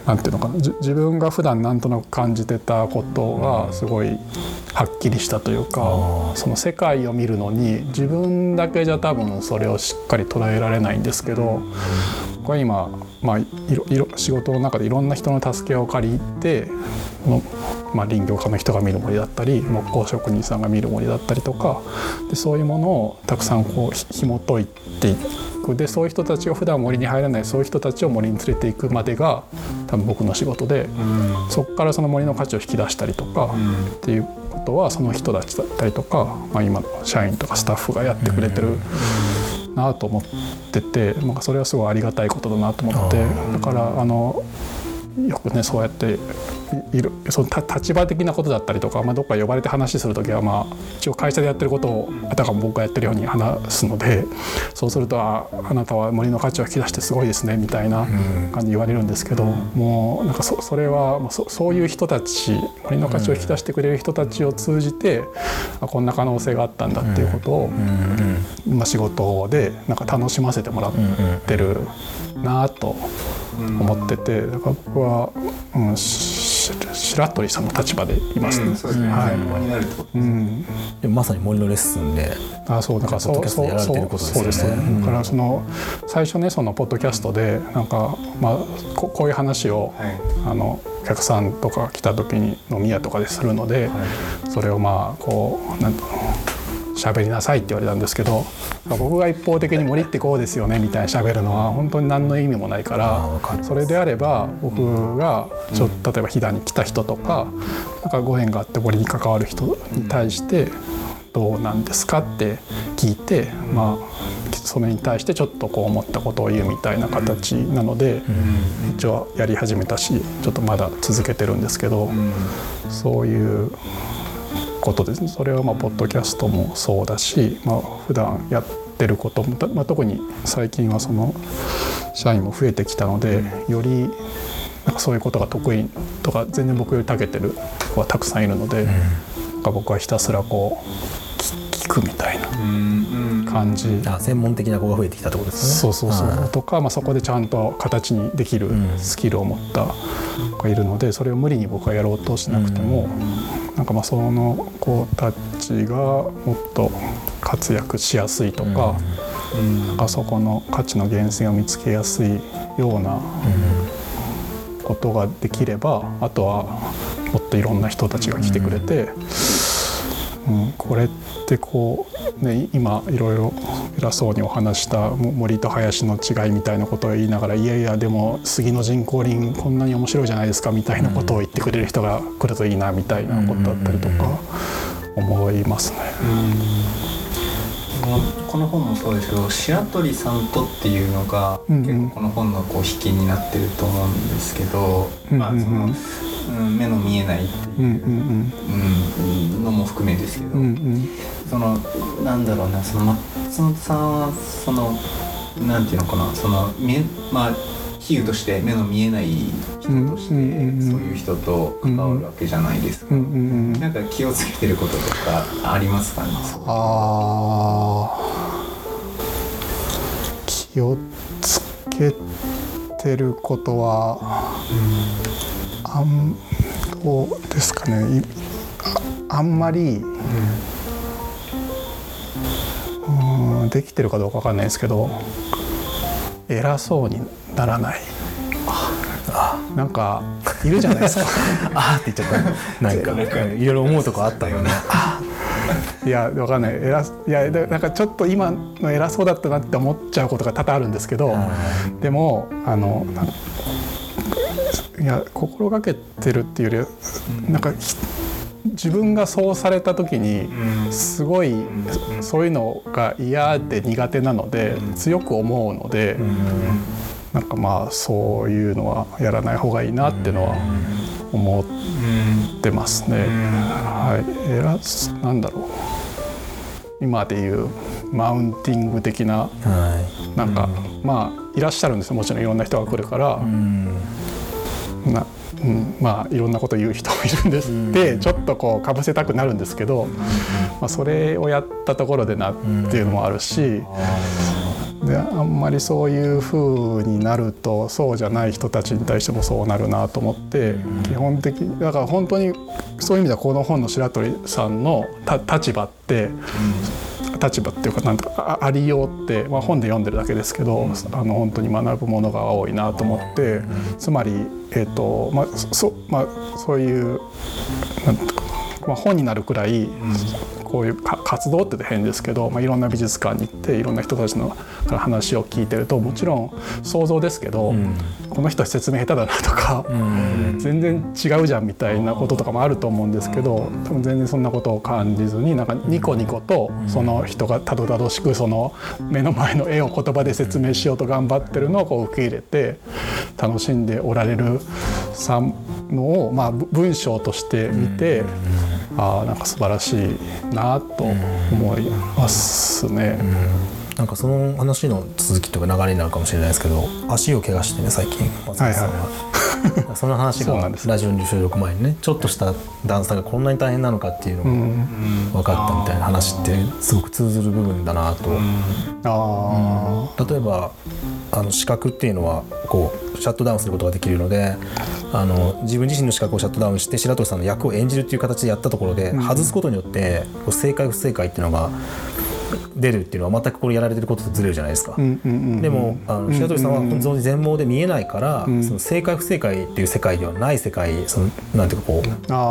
C: なんていうのかな、自分が普段なんとなく感じてたことがすごいはっきりしたというか、その世界を見るのに自分だけじゃ多分それをしっかり捉えられないんですけど、僕は今、仕事の中でいろんな人の助けを借りて、林業家の人が見る森だったり木工職人さんが見る森だったりとかで、そういうものをたくさんこう紐解いていく。でそういう人たちを普段森に入らないそういう人たちを森に連れていくまでが多分僕の仕事で、そこからその森の価値を引き出したりとかっていうことはその人たちだったりとか、今の社員とかスタッフがやってくれてるなと思ってて、それはすごいありがたいことだなと思って、だからよくねそうやってその立場的なことだったりとか、どっか呼ばれて話するときは一応会社でやってることをあたかも僕がやってるように話すので、そうするとあなたは森の価値を引き出してすごいですねみたいな感じで言われるんですけど、もうなんかそれはそういう人たち、森の価値を引き出してくれる人たちを通じてこんな可能性があったんだっていうことを仕事でなんか楽しませてもらってるなと思ってて、だから僕は、白鳥さんの立場でいますね。
B: そうですね。森になるってことですね。
A: でもまさに森のレッスンで、
C: そうだからそうですね。だから最初ねそのポッドキャストでなんかこういう話を、お客さんとか来た時に飲み屋とかでするので、それをこうなん喋りなさいって言われたんですけど、僕が一方的に森ってこうですよねみたいな喋るのは本当に何の意味もないから、それであれば僕が例えば飛騨に来た人とか、なんかご縁があって森に関わる人に対してどうなんですかって聞いて、それに対してちょっとこう思ったことを言うみたいな形なので、一応やり始めたしちょっとまだ続けてるんですけど、そういうことですね。それはポッドキャストもそうだし、普段やってることも、特に最近はその社員も増えてきたので、よりなんかそういうことが得意とか全然僕より長けてる子はたくさんいるので、なんか僕はひたすらこう聞くみたいな感じ。
A: 専門的な子が増えてきたってことですね。
C: そうとか、そこでちゃんと形にできるスキルを持った子がいるので、それを無理に僕はやろうとしなくても、なんかその子たちがもっと活躍しやすいとか、なんかそこの価値の源泉を見つけやすいようなことができれば、あとはもっといろんな人たちが来てくれて、これってこうね、今いろいろ偉そうにお話した森と林の違いみたいなことを言いながら、いやいやでも杉の人工林こんなに面白いじゃないですかみたいなことを言ってくれる人が来るといいなみたいなことだったりとか思いますね。
B: この本もそうですけど、白鳥さんとっていうのが結構この本の引きになってると思うんですけど、その目の見えないっていうのも含めですけど、そのなんだろうな、その松本さんはそのなんていうのかな、その比喩として目の見えない人としてそういう人と関わるわけじゃないですか。なんか気をつけてることとかありますかね。
C: 気をつけてることは、どうですかね。あんまり、できてるかどうかわかんないですけど、偉そうにならない。なんかいるじゃないですか。
A: って言っちゃった。なんかいろいろ思うとこあったよね。
C: いやわかんない。なんかちょっと今の偉そうだったなって思っちゃうことが多々あるんですけど、でも心がけてるっていうより、なんか自分がそうされた時にすごいそういうのが嫌で苦手なので強く思うので、なんかそういうのはやらない方がいいなっていうのは思ってますね。なんだろう、今でいうマウンティング的な、なんかいらっしゃるんですよ。もちろんいろんな人が来るから、いろんなこと言う人もいるんですってちょっとこうかぶせたくなるんですけど、それをやったところでなっていうのもあるし、 であんまりそういう風になるとそうじゃない人たちに対してもそうなるなと思って、基本的にだから本当にそういう意味ではこの本の白鳥さんの立場って、立場っていうかなんとかありようって、本で読んでるだけですけど、本当に学ぶものが多いなと思って、つまり、そういうなんとか、本になるくらいこういう活動って言って変ですけど、いろんな美術館に行っていろんな人たちの話を聞いてると、もちろん想像ですけど、この人説明下手だなとか、全然違うじゃんみたいなこととかもあると思うんですけど、多分全然そんなことを感じずに、なんかニコニコとその人がたどたどしくその目の前の絵を言葉で説明しようと頑張ってるのをこう受け入れて楽しんでおられるのを、文章として見て、なんか素晴らしいなと思いますね。
A: なんかその話の続きとか流れになるかもしれないですけど、足を怪我してね最近松本さんは、その話がラジオに収録前にね、ちょっとした段差がこんなに大変なのかっていうのが分かったみたいな話ってすごく通ずる部分だなと。例えば視覚っていうのはこうシャットダウンすることができるので、自分自身の視覚をシャットダウンして白鳥さんの役を演じるっていう形でやったところで、外すことによって正解不正解っていうのが出るっていうのは全くこれやられてることとずれるじゃないですか。でも白鳥さんは本当に全盲で見えないから、その正解不正解っていう世界ではない世界、そのなんていうかこう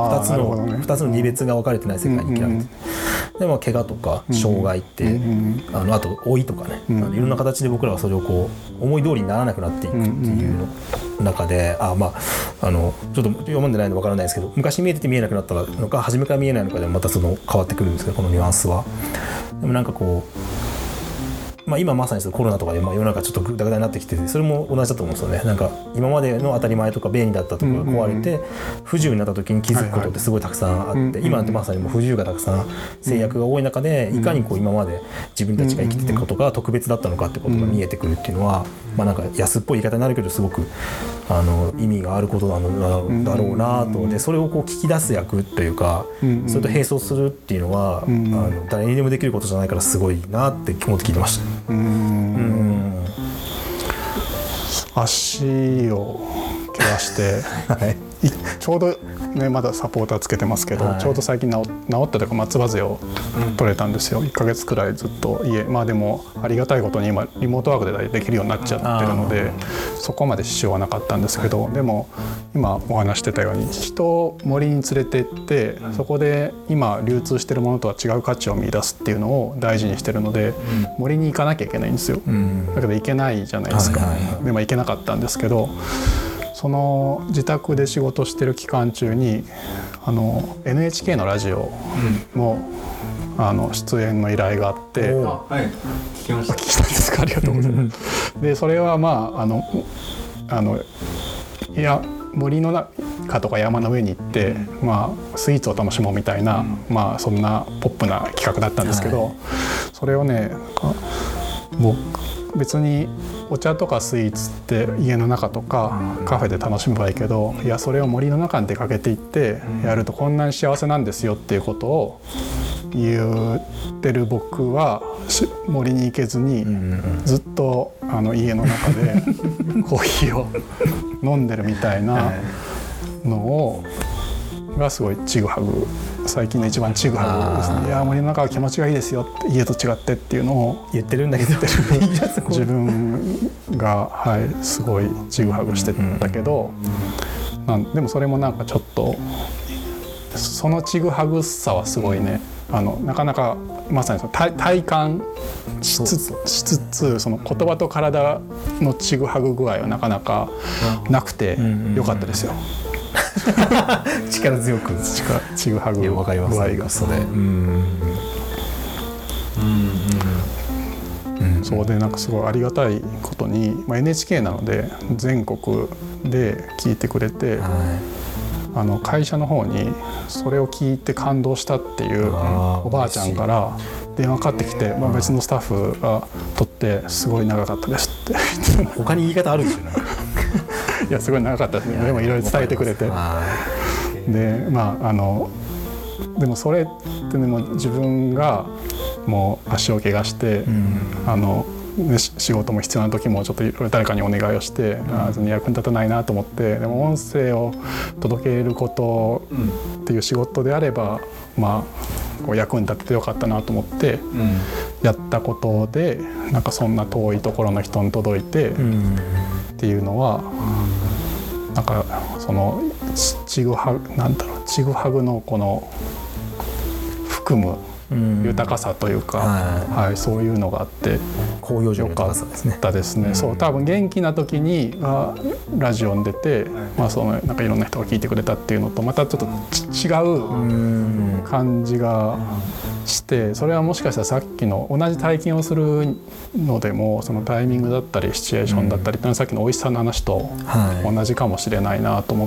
A: 2つの二別が分かれてない世界に生きられて、でも怪我とか障害って、あと老いとかね、いろんな形で僕らはそれをこう思い通りにならなくなっていくっていう中で、ちょっと読んでないの分からないですけど、昔見えてて見えなくなったのか初めから見えないのかでまたその変わってくるんですけど、このニュアンスは。でもなんかこう、今まさにコロナとかで世の中ちょっとグダグダになってきてて、それも同じだと思うんですよね。なんか今までの当たり前とか便利だったとかが壊れて不自由になった時に気づくことってすごいたくさんあって、今なんてまさにもう不自由がたくさん、制約が多い中でいかにこう今まで自分たちが生きてたことが特別だったのかってことが見えてくるっていうのは、なんか安っぽい言い方になるけどすごく意味があることなのだろうなと。でそれをこう聞き出す役というか、それと並走するっていうのは誰にでもできることじゃないからすごいなって思って聞いてました。
C: 足を怪我して、ちょうどねまだサポーターつけてますけど、ちょうど最近治ったというか松葉杖を取れたんですよ。1ヶ月くらいずっと家、でもありがたいことに今リモートワークでできるようになっちゃってるので、そこまで支障はなかったんですけど、でも今お話してたように人を森に連れて行って、そこで今流通してるものとは違う価値を見出すっていうのを大事にしてるので、森に行かなきゃいけないんですよ。だけど行けないじゃないですか。で行けなかったんですけど、その自宅で仕事してる期間中にNHK のラジオの、出演の依頼があって、
B: 聞きました。
C: 聞いたんですか。ありがとうございます。でそれは森の中とか山の上に行って、スイーツを楽しもうみたいな、そんなポップな企画だったんですけど、それをね僕別にお茶とかスイーツって家の中とかカフェで楽しめばいいけど、いやそれを森の中に出かけていってやるとこんなに幸せなんですよっていうことを言ってる僕は森に行けずにずっと家の中でコーヒーを飲んでるみたいなのがすごいちぐはぐ、最近の一番ちぐはぐですね。いや森の中は気持ちがいいですよって、家と違ってっていうのを
A: 言ってるんだけど
C: 自分が、すごいちぐはぐしてたけど、でもそれもなんかちょっとそのちぐはぐさはすごいね、なかなかまさにその体感しつつその言葉と体のちぐはぐ具合はなかなかなくてよかったですよ。
A: 力強く
C: ちぐはぐ具合がそれ。そうでなんかすごいありがたいことに、NHK なので全国で聞いてくれて、会社の方にそれを聞いて感動したっていうおばあちゃんから電話かかってきて、別のスタッフが取ってすごい長かったですって
A: 他に言い方あるんですよね。
C: いやすごい長かったですね。でもいろいろ伝えてくれて、ででもそれってね、もう自分がもう足を怪我して、 仕事も必要な時もちょっといろいろ誰かにお願いをして、役に立たないなと思って、でも音声を届けることっていう仕事であれば、こう役に立っててよかったなと思ってやったことで、なんかそんな遠いところの人に届いてっていうのは、なんかそのちぐはぐのこの含む豊かさというか、そういうのがあって
A: 高揚感の豊かさですね。
C: よかったですね。そう、多分元気な時にラジオに出て、そのなんかいろんな人が聞いてくれたっていうのとまたちょっと違う感じがして、それはもしかしたらさっきの同じ体験をするのでもそのタイミングだったりシチュエーションだったりっていうのはさっきの美味しさの話と同じかもしれないなと思って、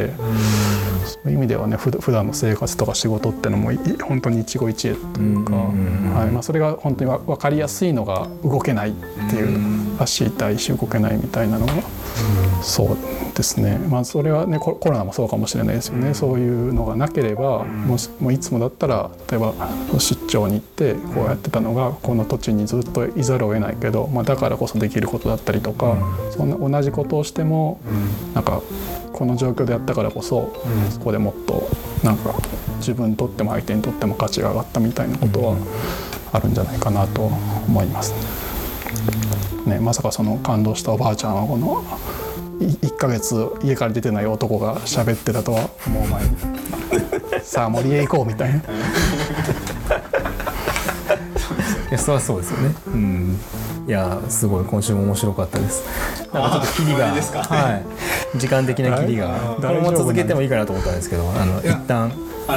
C: そういう意味ではね、普段の生活とか仕事ってのも本当に一期一会というか、それが本当に分かりやすいのが動けないっていう、足痛いし動けないみたいなのが、そうですね、それはねコロナもそうかもしれないですよね。そういうのがなければもういつもだったら例えば出張に行ってこうやってたのがこの土地にずっといざるを得ないけど、だからこそできることだったりとか、そんな同じことをしてもなんかこの状況でやったからこそ、そこでもっとなんか自分にとっても相手にとっても価値が上がったみたいなことはあるんじゃないかなと思いますね。まさかその感動したおばあちゃんはこの1ヶ月家から出てない男が喋ってたとは思う前にさあ森へ行こうみたいな。い
A: や、そりゃそうですよね。いや、すごい今週も面白かったです。なんかちょっとキリが、時間的なキリが、これも続けてもいいかなと思ったんですけど、一旦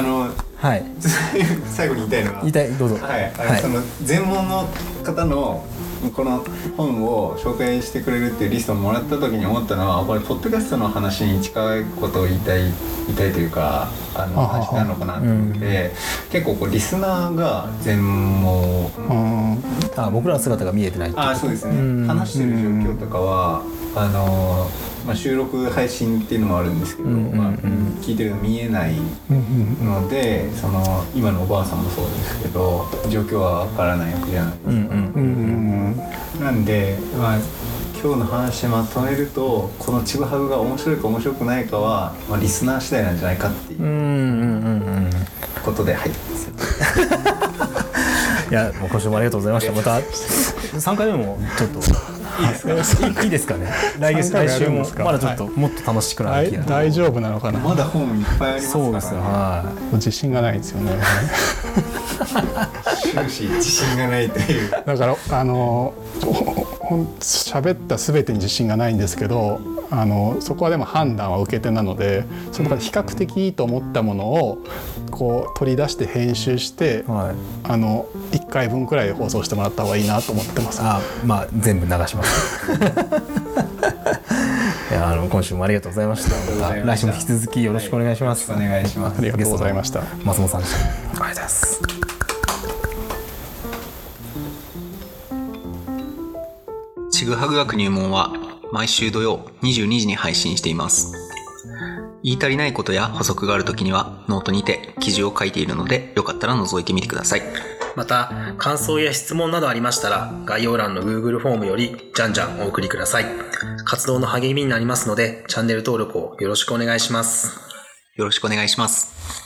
B: 最後に言いたいのは、
A: どうぞ。
B: その全問の方のこの本を紹介してくれるっていうリストをもらった時に思ったのは、これポッドキャストの話に近いことを言いたいというか話なのかなと思って、結構こうリスナーが全問
A: 僕らの姿が見えてないってこと。
B: そうですね。話してる状況とかは収録配信っていうのもあるんですけど、聞いてるの見えないので、その今のおばあさんもそうですけど状況はわからないわけじゃないですか。なんで、今日の話まとめると、このちぐはぐが面白いか面白くないかは、リスナー次第なんじゃないかっていうことで、い
A: や、もう今週もありがとうございました。また3回目もちょっといいですかね。来週もまだちょっともっと楽しくなる気が。
C: 大丈夫なのかな。
B: まだ本いっぱいありますからね。
A: そうですよ。
C: 自信がないですよね。
B: 終始自信がないという。
C: だから喋った全てに自信がないんですけど、そこはでも判断は受け手なので、その中で比較的いいと思ったものをこう取り出して編集して、1回分くらいで放送してもらった方がいいなと思ってます。
A: 全部流します。いや、今週もありがとうございました。来週も引き続きよろしくお願いします。
B: お願いします。
C: ありがとうございました。
A: 松本さんでした。ありがとうございます。
B: ちぐはぐ学入門は毎週土曜22時に配信しています。言い足りないことや補足があるときにはノートにて記事を書いているので、よかったら覗いてみてください。
A: また感想や質問などありましたら、概要欄の Google フォームよりじゃんじゃんお送りください。活動の励みになりますので、チャンネル登録をよろしくお願いします。
B: よろしくお願いします。